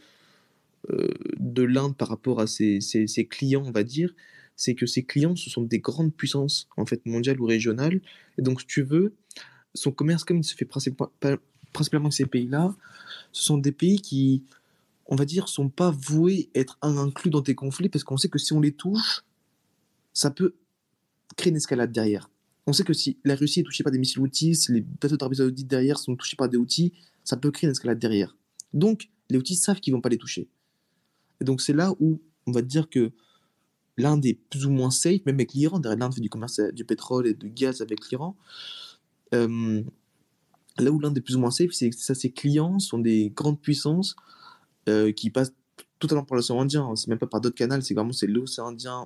Speaker 2: de l'Inde par rapport à ses clients, on va dire, c'est que ses clients, ce sont des grandes puissances, en fait, mondiales ou régionales. Et donc, si tu veux, son commerce, comme il se fait principalement avec ces pays-là, ce sont des pays qui, on va dire, sont pas voués à être inclus dans tes conflits, parce qu'on sait que si on les touche, ça peut créer une escalade derrière. On sait que si la Russie est touchée par des missiles outils, si les bateaux d'Arabie Saoudite derrière sont touchés par des outils, ça peut créer une escalade derrière. Donc, les outils savent qu'ils vont pas les toucher. Et donc, c'est là où on va dire que l'Inde est plus ou moins safe, même avec l'Iran. Derrière, l'Inde fait du commerce du pétrole et du gaz avec l'Iran. Euh, Là où l'Inde est plus ou moins safe, c'est que ça, ses clients sont des grandes puissances qui passent totalement par l'océan Indien. C'est même pas par d'autres canaux, c'est vraiment c'est l'océan Indien,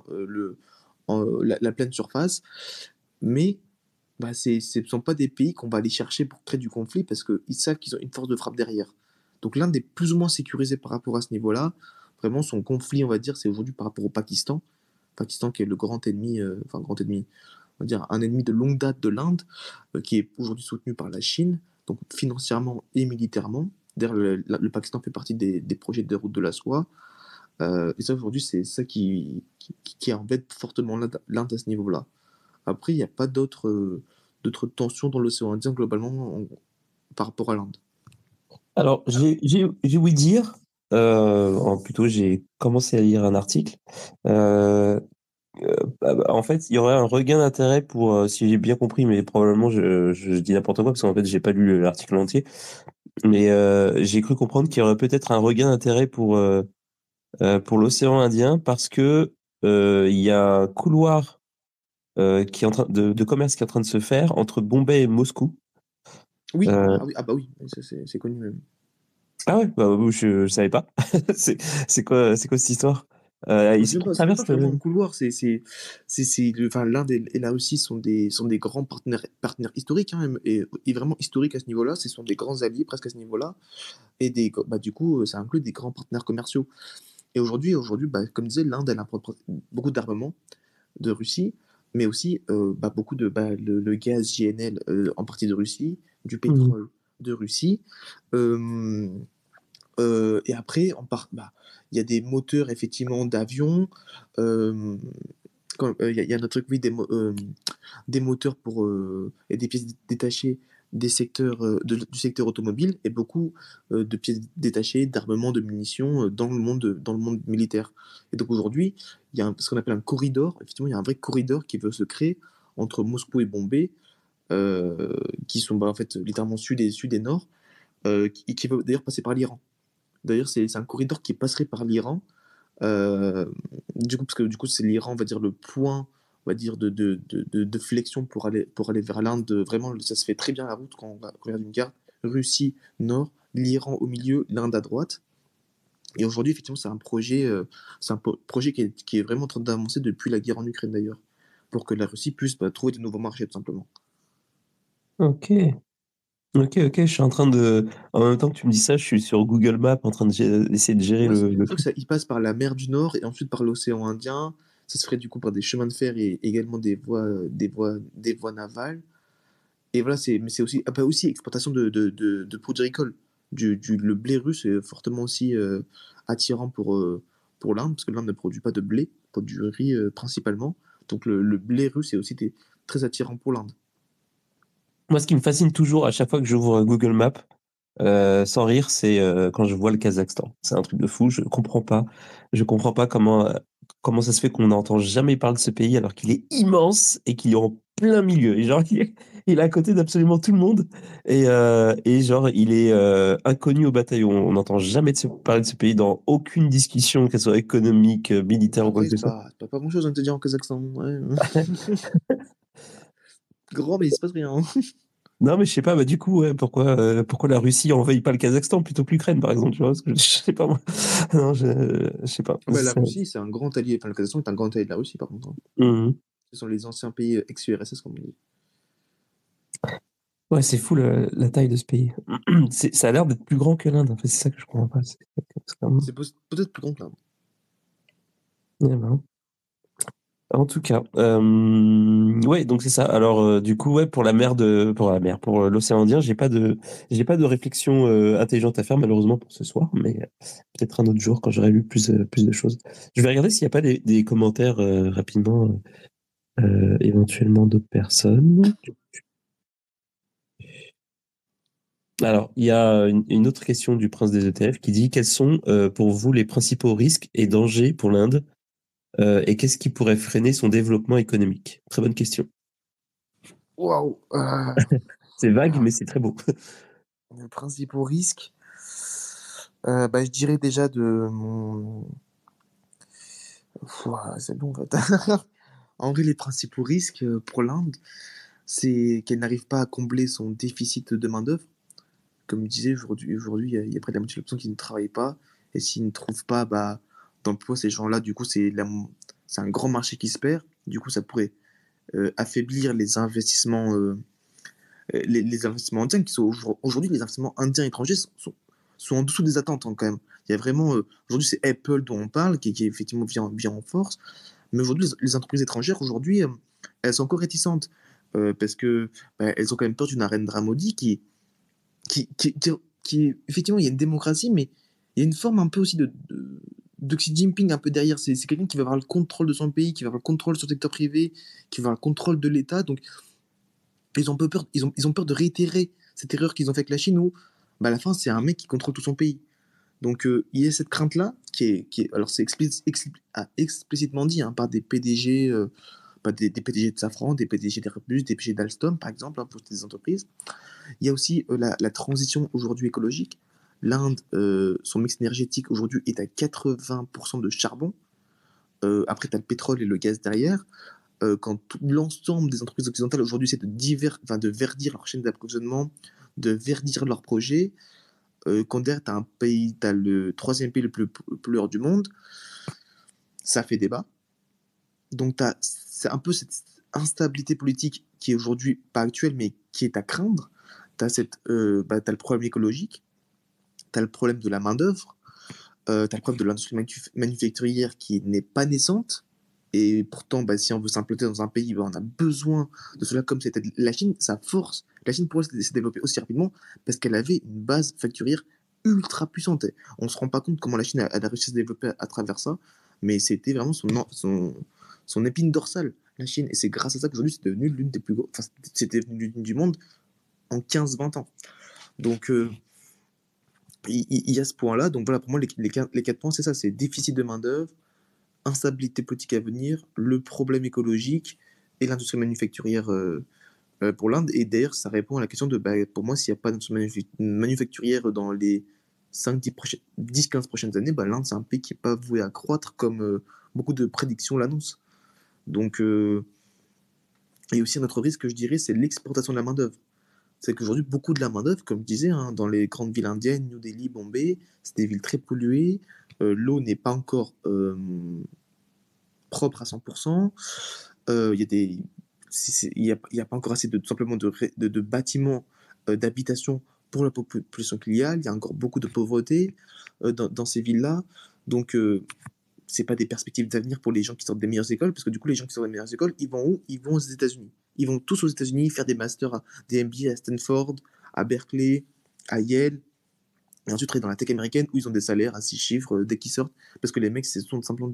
Speaker 2: la pleine surface. Mais ce ne sont pas des pays qu'on va aller chercher pour créer du conflit parce qu'ils savent qu'ils ont une force de frappe derrière. Donc l'Inde est plus ou moins sécurisée par rapport à ce niveau-là. Vraiment, son conflit, on va dire, c'est aujourd'hui par rapport au Pakistan. Pakistan qui est le grand ennemi, enfin grand ennemi, on va dire un ennemi de longue date de l'Inde, qui est aujourd'hui soutenu par la Chine, donc financièrement et militairement. D'ailleurs, le Pakistan fait partie des projets de route de la soie. Et ça, aujourd'hui, c'est ça qui embête fortement l'Inde à ce niveau-là. Après, il n'y a pas d'autres tensions dans l'océan Indien globalement par rapport à l'Inde.
Speaker 1: Alors, j'ai ouï dire, plutôt j'ai commencé à lire un article, euh, en fait, il y aurait un regain d'intérêt pour, si j'ai bien compris, mais probablement je dis n'importe quoi parce qu'en fait, j'ai pas lu l'article entier, mais j'ai cru comprendre qu'il y aurait peut-être un regain d'intérêt pour l'océan Indien parce que il y a un couloir qui est en train de commerce qui est en train de se faire entre Bombay et Moscou.
Speaker 2: Oui,
Speaker 1: Euh,
Speaker 2: ah bah oui, c'est connu même.
Speaker 1: ah ouais, je savais pas. C'est c'est quoi cette histoire?
Speaker 2: Bah,
Speaker 1: Qui
Speaker 2: c'est même pas
Speaker 1: traverse
Speaker 2: vraiment
Speaker 1: le...
Speaker 2: un couloir, enfin, l'Inde et la Russie sont des grands partenaires historiques, hein, et vraiment historiques à ce niveau-là. Ce sont des grands alliés presque à ce niveau-là. Et du coup, ça inclut des grands partenaires commerciaux. Et aujourd'hui, comme disait, l'Inde, elle importe beaucoup d'armements de Russie, mais aussi beaucoup le gaz JNL en partie de Russie, du
Speaker 1: Mhm.
Speaker 2: pétrole de Russie. Euh, et après, il y a des moteurs effectivement d'avion. Euh, il y a notre truc, oui, des moteurs et des pièces détachées des secteurs, du secteur automobile et beaucoup de pièces détachées, d'armement, de munitions dans le monde militaire. Et donc aujourd'hui, il y a ce qu'on appelle un corridor. Effectivement, il y a un vrai corridor qui veut se créer entre Moscou et Bombay, qui sont en fait littéralement sud et nord, qui veut d'ailleurs passer par l'Iran. D'ailleurs, c'est un corridor qui passerait par l'Iran. euh, du coup, parce que du coup, c'est l'Iran, on va dire, le point, on va dire, de flexion pour aller vers l'Inde. Vraiment, ça se fait très bien la route quand on regarde une carte. Russie, nord, l'Iran au milieu, l'Inde à droite. Et aujourd'hui, effectivement, c'est un projet qui est vraiment en train d'avancer depuis la guerre en Ukraine, d'ailleurs, pour que la Russie puisse trouver de nouveaux marchés, tout simplement.
Speaker 1: Ok. Ok, ok, je suis en train de. En même temps que tu me dis ça, je suis sur Google Maps en train d'essayer de gérer
Speaker 2: Ouais,
Speaker 1: le
Speaker 2: je crois que
Speaker 1: truc.
Speaker 2: ça, il passe par la mer du Nord et ensuite par l'océan Indien. Ça se ferait du coup par des chemins de fer et également des voies navales. Et voilà, mais c'est aussi, après aussi exportation de produits agricoles. Le blé russe est fortement aussi attirant pour l'Inde, parce que l'Inde ne produit pas de blé, elle produit du riz principalement. Donc le blé russe est aussi très attirant pour l'Inde.
Speaker 1: Moi, ce qui me fascine toujours à chaque fois que j'ouvre Google Maps, sans rire, c'est quand je vois le Kazakhstan. C'est un truc de fou. Je comprends pas. Je comprends pas comment ça se fait qu'on n'entend jamais parler de ce pays alors qu'il est immense et qu'il est en plein milieu. Et genre, il est à côté d'absolument tout le monde. Et genre, il est inconnu au bataillon. On n'entend jamais parler de ce pays dans aucune discussion, qu'elle soit économique, militaire ou
Speaker 2: En
Speaker 1: quoi
Speaker 2: vrai,
Speaker 1: que ce soit.
Speaker 2: c'est pas grand-chose à te dire en Kazakhstan. Ouais. Grand, mais il se passe rien.
Speaker 1: Non, mais je sais pas, bah, du coup, ouais, pourquoi la Russie envahit pas le Kazakhstan plutôt que l'Ukraine, par exemple, tu vois, parce que je sais pas, moi. Non, je sais pas.
Speaker 2: Bah, la Russie, c'est un grand allié. Enfin, le Kazakhstan est un grand allié de la Russie, par contre, hein.
Speaker 1: Mhm.
Speaker 2: Ce sont les anciens pays ex-URSS, comme on dit.
Speaker 1: Ouais, c'est fou la taille de ce pays. Ça a l'air d'être plus grand que l'Inde, en fait, c'est ça que je comprends pas. C'est quand même-
Speaker 2: Peut-être plus grand que l'Inde.
Speaker 1: Eh ben. En tout cas, ouais, donc c'est ça. Alors, du coup, ouais, pour l'océan Indien, j'ai pas de réflexion intelligente à faire malheureusement pour ce soir, mais peut-être un autre jour quand j'aurai lu plus de choses. Je vais regarder s'il n'y a pas des commentaires rapidement, éventuellement d'autres personnes. Alors, il y a une autre question du prince des ETF qui dit quels sont pour vous les principaux risques et dangers pour l'Inde et qu'est-ce qui pourrait freiner son développement économique? Très bonne question.
Speaker 2: Waouh!
Speaker 1: C'est vague, mais c'est très beau.
Speaker 2: Les principaux risques, bah, je dirais déjà Ouah, c'est long, en fait. En vrai, les principaux risques pour l'Inde, c'est qu'elle n'arrive pas à combler son déficit de main-d'œuvre. Comme je disais, aujourd'hui, il y a près de la moitié de la population qui ne travaille pas. Et s'ils ne trouvent pas bah, d'emploi, ces gens-là, du coup, c'est un grand marché qui se perd. Du coup, ça pourrait affaiblir les investissements indiens qui sont aujourd'hui, les investissements indiens étrangers sont en dessous des attentes, hein, quand même. Il y a vraiment, aujourd'hui, c'est Apple dont on parle, qui effectivement vient en force. Mais aujourd'hui, les entreprises étrangères, aujourd'hui, elles sont encore réticentes. Parce que bah, elles ont quand même peur d'une Narendra Modi effectivement, il y a une démocratie, mais il y a une forme un peu aussi de Xi Jinping un peu derrière. C'est quelqu'un qui va avoir le contrôle de son pays, qui va avoir le contrôle sur le secteur privé, qui va avoir le contrôle de l'État. Donc, ils ont peur, ils ont peur de réitérer cette erreur qu'ils ont fait avec la Chine où, bah, à la fin, c'est un mec qui contrôle tout son pays. Donc, il y a cette crainte-là alors c'est explicitement dit hein, par des PDG, des PDG de Safran, des PDG d'Airbus, des PDG d'Alstom, par exemple, hein, pour des entreprises. Il y a aussi la transition aujourd'hui écologique. L'Inde, son mix énergétique aujourd'hui est à 80% de charbon. Après, tu as le pétrole et le gaz derrière. Quand tout l'ensemble des entreprises occidentales aujourd'hui, c'est de verdir leur chaîne d'approvisionnement, de verdir leurs projets. Quand derrière, tu as un pays, tu as le troisième pays le plus pollueur du monde, ça fait débat. Donc, c'est un peu cette instabilité politique qui est aujourd'hui pas actuelle, mais qui est à craindre. Tu as, t'as le problème écologique, tu as le problème de la main-d'œuvre, tu as le problème de l'industrie manufacturière qui n'est pas naissante. Et pourtant, bah, si on veut s'implanter dans un pays, bah, on a besoin de cela, comme c'était la Chine, ça force. La Chine pourrait se développer aussi rapidement parce qu'elle avait une base facturière ultra puissante. On ne se rend pas compte comment la Chine a réussi à se développer à travers ça, mais c'était vraiment son épine dorsale, la Chine. Et c'est grâce à ça qu'aujourd'hui, c'est devenu l'une des plus grosses. Enfin, c'était devenu l'une du monde en 15-20 ans. Donc, il y a ce point-là. Donc voilà, pour moi, les 4 points, c'est ça, c'est déficit de main-d'œuvre, instabilité politique à venir, le problème écologique et l'industrie manufacturière pour l'Inde. Et d'ailleurs, ça répond à la question de, bah, pour moi, s'il n'y a pas d'industrie manufacturière dans les 10-15 prochaines années, bah, l'Inde, c'est un pays qui n'est pas voué à croître comme beaucoup de prédictions l'annoncent. Donc, et aussi un autre risque que je dirais, c'est l'exportation de la main-d'œuvre. C'est qu'aujourd'hui, beaucoup de la main-d'œuvre, comme je disais, hein, dans les grandes villes indiennes, New Delhi, Bombay, c'est des villes très polluées. L'eau n'est pas encore propre à 100%. Il y a des, il y a pas encore assez tout simplement de bâtiments d'habitation pour la population qu'il y a. Il y a encore beaucoup de pauvreté dans ces villes-là. Donc, c'est pas des perspectives d'avenir pour les gens qui sortent des meilleures écoles, parce que du coup, les gens qui sortent des meilleures écoles, ils vont où? Ils vont aux États-Unis. Ils vont tous aux États-Unis faire des masters, des MBA à Stanford, à Berkeley, à Yale, et ensuite travailler dans la tech américaine où ils ont des salaires à 6 chiffres dès qu'ils sortent, parce que les mecs, ce sont simplement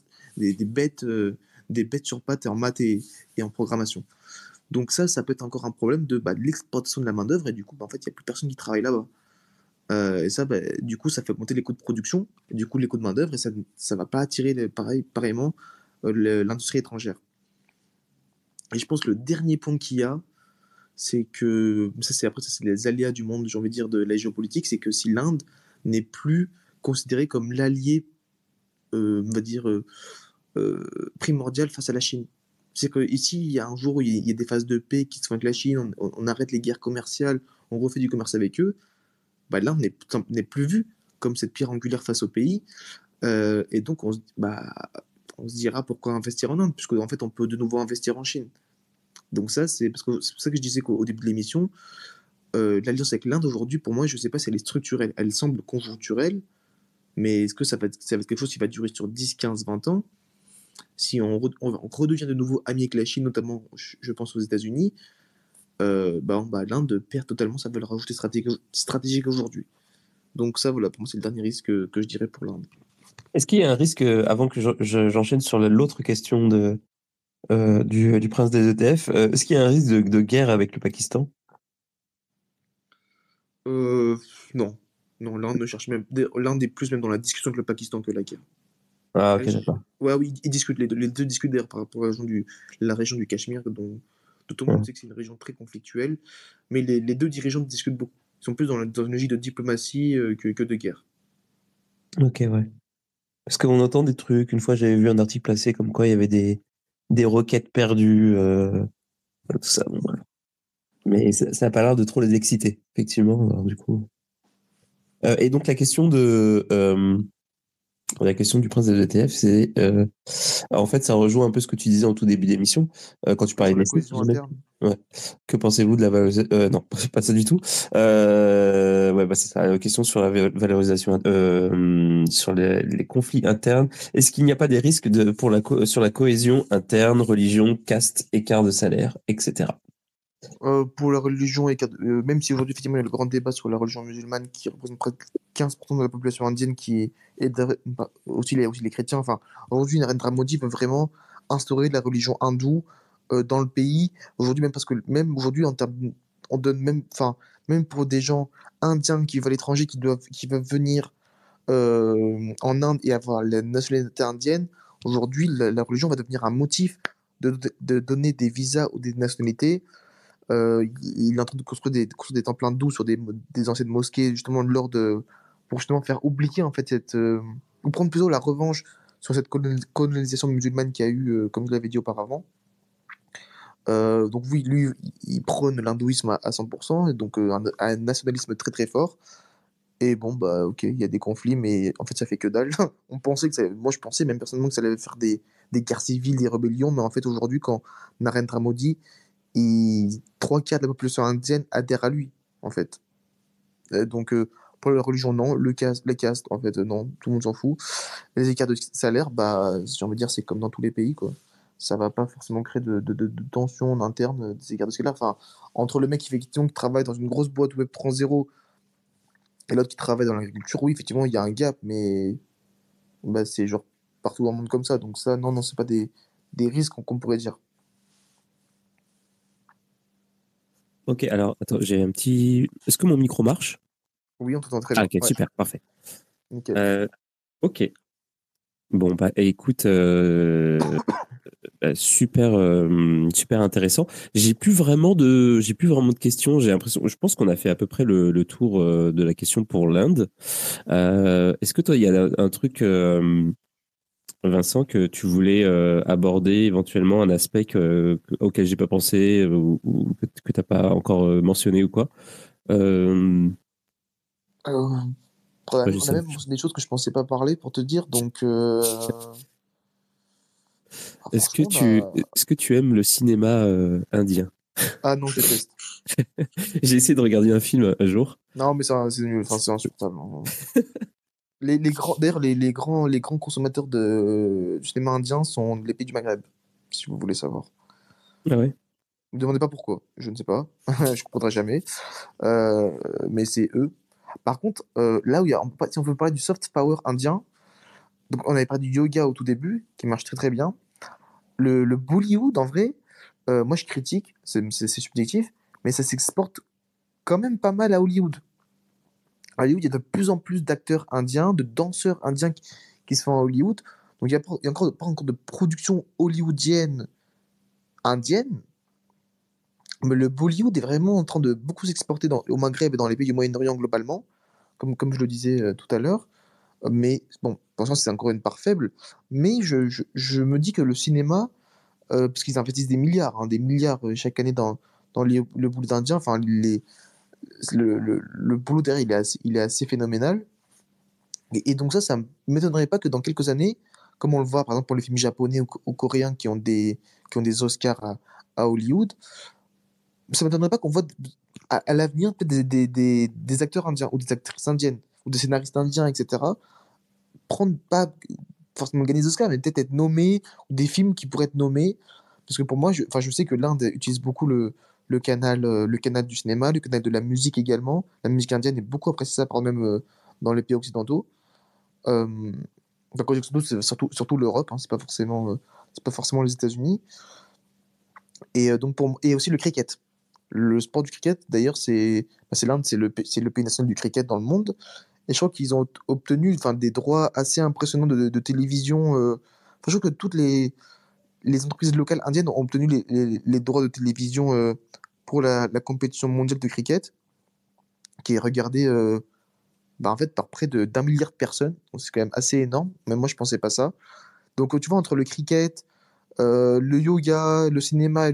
Speaker 2: des bêtes sur pattes en maths et en programmation. Donc ça peut être encore un problème de l'exportation de la main-d'œuvre, et du coup, en fait, il n'y a plus personne qui travaille là-bas. Et ça, du coup, ça fait augmenter les coûts de production, et du coup, les coûts de main-d'œuvre, et ça ne va pas attirer pareillement l'industrie étrangère. Et je pense que le dernier point qu'il y a, c'est que, ça c'est les aléas du monde, j'ai envie de dire, de la géopolitique, c'est que si l'Inde n'est plus considérée comme l'allié, on va dire, primordial face à la Chine. C'est qu'ici, il y a un jour où il y a des phases de paix qui se font avec la Chine, on arrête les guerres commerciales, on refait du commerce avec eux, l'Inde n'est plus vue comme cette pierre angulaire face au pays. Et donc, on se dira pourquoi investir en Inde, puisque en fait, on peut de nouveau investir en Chine. Donc c'est pour ça que je disais qu'au début de l'émission, l'alliance avec l'Inde aujourd'hui, pour moi, je ne sais pas si elle est structurelle. Elle semble conjoncturelle, mais est-ce que ça va être quelque chose qui va durer sur 10, 15, 20 ans? Si on redevient de nouveau ami avec la Chine, notamment, je pense aux États-Unis, l'Inde perd totalement sa valeur ajoutée stratégique aujourd'hui. Donc ça, voilà, pour moi, c'est le dernier risque que je dirais pour l'Inde.
Speaker 3: Est-ce qu'il y a un risque, avant que j'enchaîne sur l'autre question du prince des ETF, est-ce qu'il y a un risque de guerre avec le Pakistan?
Speaker 2: Non. Non, l'Inde ne cherche même. L'Inde est plus même dans la discussion avec le Pakistan que la guerre.
Speaker 3: Ah, ok, d'accord.
Speaker 2: Ouais, oui, ils discutent, les deux discutent d'ailleurs par rapport à la région du Cachemire, dont tout le monde sait que c'est une région très conflictuelle, mais les deux dirigeants discutent beaucoup. Ils sont plus dans une logique de diplomatie que de guerre.
Speaker 3: Ok, ouais. Parce qu'on entend des trucs. Une fois, j'avais vu un article placé comme quoi il y avait des roquettes perdues, tout ça. Bon, ouais. Mais ça n'a pas l'air de trop les exciter, effectivement. Alors, du coup. Et donc la question du prince des ETF, c'est en fait ça rejoint un peu ce que tu disais en tout début d'émission quand tu parlais
Speaker 2: Sur
Speaker 3: de
Speaker 2: la
Speaker 3: l'essai.
Speaker 2: cohésion interne.
Speaker 3: Ouais. Que pensez-vous de la valorisation non, pas ça du tout. Ouais, c'est ça. La question sur la valorisation, sur les conflits internes. Est-ce qu'il n'y a pas des risques sur la cohésion interne, religion, caste, écart de salaire, etc.
Speaker 2: Pour la religion, même si aujourd'hui, effectivement, il y a le grand débat sur la religion musulmane qui représente presque 15% de la population indienne, aussi les chrétiens. Enfin, aujourd'hui, Narendra Modi veut vraiment instaurer la religion hindoue dans le pays. Aujourd'hui, même parce que, même aujourd'hui, on donne même, enfin, même pour des gens indiens qui vivent à l'étranger, qui veulent venir en Inde et avoir la nationalité indienne, aujourd'hui, la religion va devenir un motif de donner des visas ou des nationalités. Il est en train de construire des temples hindous sur des anciennes mosquées, justement, pour justement faire oublier, en fait, ou prendre plutôt la revanche sur cette colonisation musulmane qu'il y a eu, comme je l'avais dit auparavant. Donc oui, lui, il prône l'hindouisme à 100%, et donc un nationalisme très très fort. Et bon, ok, il y a des conflits, mais en fait, ça fait que dalle. Moi, je pensais même personnellement que ça allait faire des guerres civiles, des rébellions, mais en fait, aujourd'hui, quand Narendra Modi, 3 quarts de la population indienne adhèrent à lui, en fait. Donc, pour la religion, non. Les castes, en fait, non. Tout le monde s'en fout. Les écarts de salaire, j'ai envie de dire, c'est comme dans tous les pays, quoi. Ça va pas forcément créer de tension en interne, des écarts de salaire. Enfin, entre le mec qui travaille dans une grosse boîte Web 3.0 et l'autre qui travaille dans l'agriculture, oui, effectivement, il y a un gap, mais c'est genre partout dans le monde comme ça. Donc ça, non, c'est pas des risques qu'on pourrait dire.
Speaker 1: Ok, alors, attends, j'ai un petit... Est-ce que mon micro marche?
Speaker 2: Oui, on t'entend très
Speaker 1: Ah,
Speaker 2: bien.
Speaker 1: ok,
Speaker 2: Ouais.
Speaker 1: super, parfait.
Speaker 2: Nickel.
Speaker 1: Ok. Bon, écoute, super, super intéressant. J'ai plus vraiment de questions. J'ai l'impression, je pense qu'on a fait à peu près le tour de la question pour l'Inde. Est-ce que toi, il y a un truc, Vincent, que tu voulais aborder éventuellement, un aspect auquel j'ai pas pensé ou que t'as pas encore mentionné ou quoi?
Speaker 2: On a même des choses que je pensais pas parler pour te dire, donc
Speaker 1: Est-ce que tu aimes le cinéma indien?
Speaker 2: Ah non, je déteste.
Speaker 1: J'ai essayé de regarder un film un jour.
Speaker 2: Non, mais ça, c'est nul. Enfin, c'est insupportable, hein. D'ailleurs, les grands consommateurs du cinéma indien sont les pays du Maghreb, si vous voulez savoir.
Speaker 1: Ah ouais.
Speaker 2: Ne me demandez pas pourquoi, je ne sais pas, je comprendrai jamais. Euh, mais c'est eux. Par contre, là où si on veut parler du soft power indien, donc on avait parlé du yoga au tout début, qui marche très très bien. Le Bollywood, en vrai, moi je critique, c'est subjectif, mais ça s'exporte quand même pas mal à Hollywood. À Hollywood, il y a de plus en plus d'acteurs indiens, de danseurs indiens qui se font à Hollywood. Donc il y a encore, pas encore de production hollywoodienne indienne, mais le Bollywood est vraiment en train de beaucoup s'exporter au Maghreb et dans les pays du Moyen-Orient globalement, comme je le disais tout à l'heure. Mais bon, pour l'instant, c'est encore une part faible. Mais je me dis que le cinéma, parce qu'ils investissent des milliards chaque année dans le boulot indien, enfin, le boulot derrière, il est assez phénoménal. Et donc ça ne m'étonnerait pas que dans quelques années, comme on le voit par exemple pour les films japonais ou coréens qui ont des Oscars à Hollywood, ça ne m'étonnerait pas qu'on voit à l'avenir peut-être des acteurs indiens ou des actrices indiennes ou des scénaristes indiens, etc., prendre pas forcément gagner des Oscars, mais peut-être être nommés, ou des films qui pourraient être nommés. Parce que pour moi, je sais que l'Inde utilise beaucoup le canal du cinéma, le canal de la musique également. La musique indienne est beaucoup appréciée, ça, par même dans les pays occidentaux. Euh, donc, quand je dis occidentaux, c'est surtout l'Europe, hein, c'est pas forcément les États-Unis. Et aussi le cricket. Le sport du cricket, d'ailleurs, c'est l'Inde, c'est le pays national du cricket dans le monde. Et je crois qu'ils ont obtenu enfin, des droits assez impressionnants de télévision. Enfin, je crois que toutes les entreprises locales indiennes ont obtenu les droits de télévision pour la compétition mondiale de cricket, qui est regardée en fait, par près d'un milliard de personnes. Donc, c'est quand même assez énorme. Même moi, je pensais pas ça. Donc, tu vois, entre le cricket, le yoga, le cinéma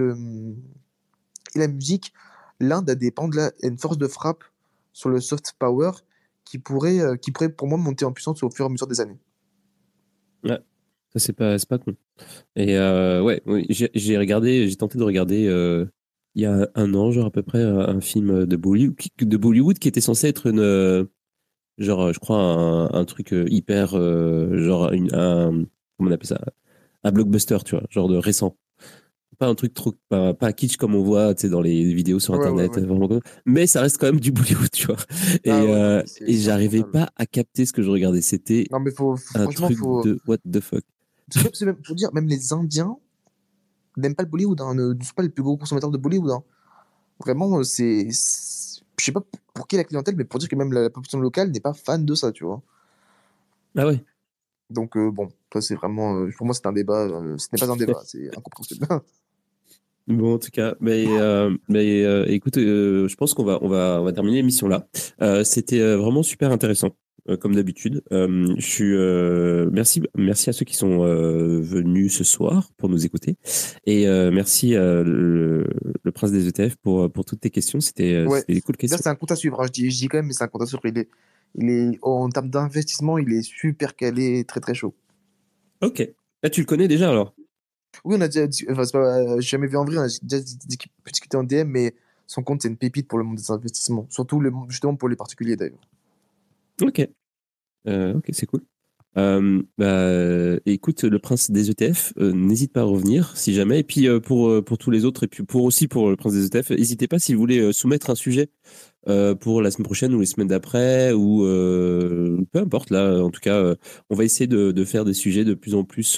Speaker 2: et la musique, l'Inde a une force de frappe sur le soft power qui pourrait pour moi monter en puissance au fur et à mesure des années.
Speaker 1: Ouais, ça c'est pas con. Et ouais, oui, j'ai tenté de regarder il y a un an, genre à peu près, un film de Bollywood qui était censé être genre, je crois, un truc hyper, genre, comment on appelle ça? Un blockbuster, tu vois, genre de récent. Pas un truc pas kitsch comme on voit, tu sais, dans les vidéos sur
Speaker 2: Ouais, ouais,
Speaker 1: Internet,
Speaker 2: ouais.
Speaker 1: vraiment, mais ça reste quand même du Bollywood, tu vois.
Speaker 2: Ah
Speaker 1: Et,
Speaker 2: ouais, non,
Speaker 1: euh,
Speaker 2: mais
Speaker 1: et
Speaker 2: c'est
Speaker 1: j'arrivais
Speaker 2: insupportable.
Speaker 1: pas à capter ce que je regardais. C'était
Speaker 2: Non, mais
Speaker 1: un
Speaker 2: franchement,
Speaker 1: truc de what the fuck.
Speaker 2: Parce que même, faut dire, même les Indiens n'aiment pas le Bollywood, hein, ne sont pas les plus gros consommateurs de Bollywood, hein. Vraiment, je sais pas pour qui est la clientèle, mais pour dire que même la population locale n'est pas fan de ça, tu vois.
Speaker 1: Ah ouais.
Speaker 2: Donc, bon, ça, c'est vraiment. Pour moi, c'est un débat. Ce n'est pas un débat, c'est incompréhensible.
Speaker 1: Bon, en tout cas, écoute, je pense on va terminer l'émission là. C'était vraiment super intéressant, comme d'habitude. Merci à ceux qui sont venus ce soir pour nous écouter, et merci le Prince des ETF pour toutes tes questions.
Speaker 2: Ouais.
Speaker 1: C'était des cool
Speaker 2: D'ailleurs,
Speaker 1: questions.
Speaker 2: c'est un compte à suivre, hein. Je dis quand même, mais c'est un compte à suivre. En termes d'investissement, il est super calé, très très chaud.
Speaker 1: Ok. Là, tu le connais déjà alors?
Speaker 2: Oui, on a déjà enfin, c'est pas, j'ai jamais vu en vrai, on a déjà discuté en DM, mais son compte, c'est une pépite pour le monde des investissements. Surtout, justement, pour les particuliers, d'ailleurs.
Speaker 1: Ok. Ok, c'est cool. Écoute, le prince des ETF, n'hésite pas à revenir si jamais. Et puis pour tous les autres, et puis aussi pour le prince des ETF, n'hésitez pas si vous voulez soumettre un sujet pour la semaine prochaine ou les semaines d'après, ou peu importe. Là, en tout cas, on va essayer de faire des sujets de plus en plus.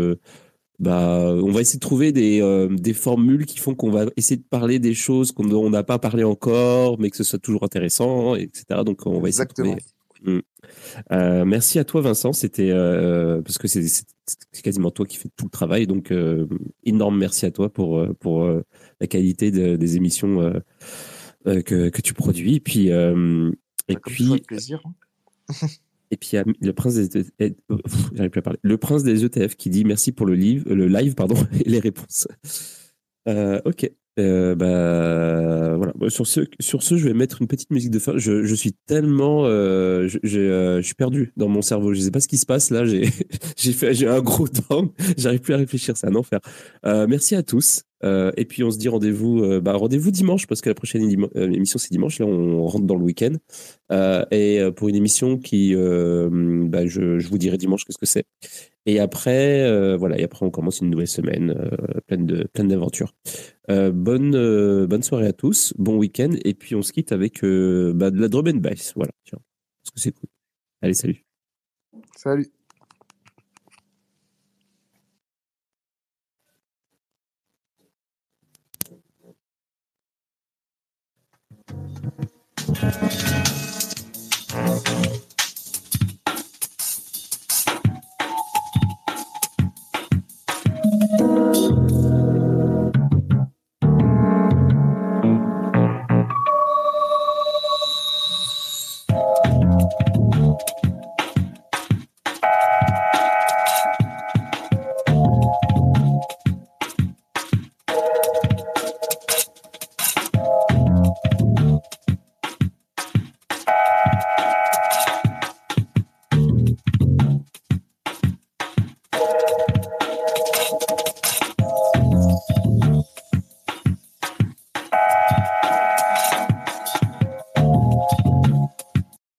Speaker 1: On va essayer de trouver des formules qui font qu'on va essayer de parler des choses dont on n'a pas parlé encore, mais que ce soit toujours intéressant, etc. Donc, on va essayer de trouver.
Speaker 2: Exactement.
Speaker 1: Mm. Merci à toi, Vincent. C'était parce que c'est quasiment toi qui fais tout le travail, donc énorme merci à toi pour la qualité des émissions que tu produis. Et
Speaker 2: Bah, comme toujours,
Speaker 1: puis
Speaker 2: avec plaisir, hein.
Speaker 1: et puis le prince des j'arrive plus à parler. Le prince des ETF qui dit merci pour le live, pardon, et les réponses. Ok. Voilà. Sur ce, je vais mettre une petite musique de fin. Je suis tellement, je suis perdu dans mon cerveau. Je sais pas ce qui se passe là. J'ai un gros temps. J'arrive plus à réfléchir. C'est un enfer. Merci à tous. Et puis on se dit rendez-vous dimanche, parce que la prochaine émission c'est dimanche. Là, on rentre dans le week-end. Pour une émission qui, je vous dirai dimanche qu'est-ce que c'est. Et après, voilà, et après on commence une nouvelle semaine pleine d'aventures. Bonne soirée à tous, bon week-end, et puis on se quitte avec de la drum and bass, voilà, tiens, parce que c'est cool. Allez, salut.
Speaker 2: Salut.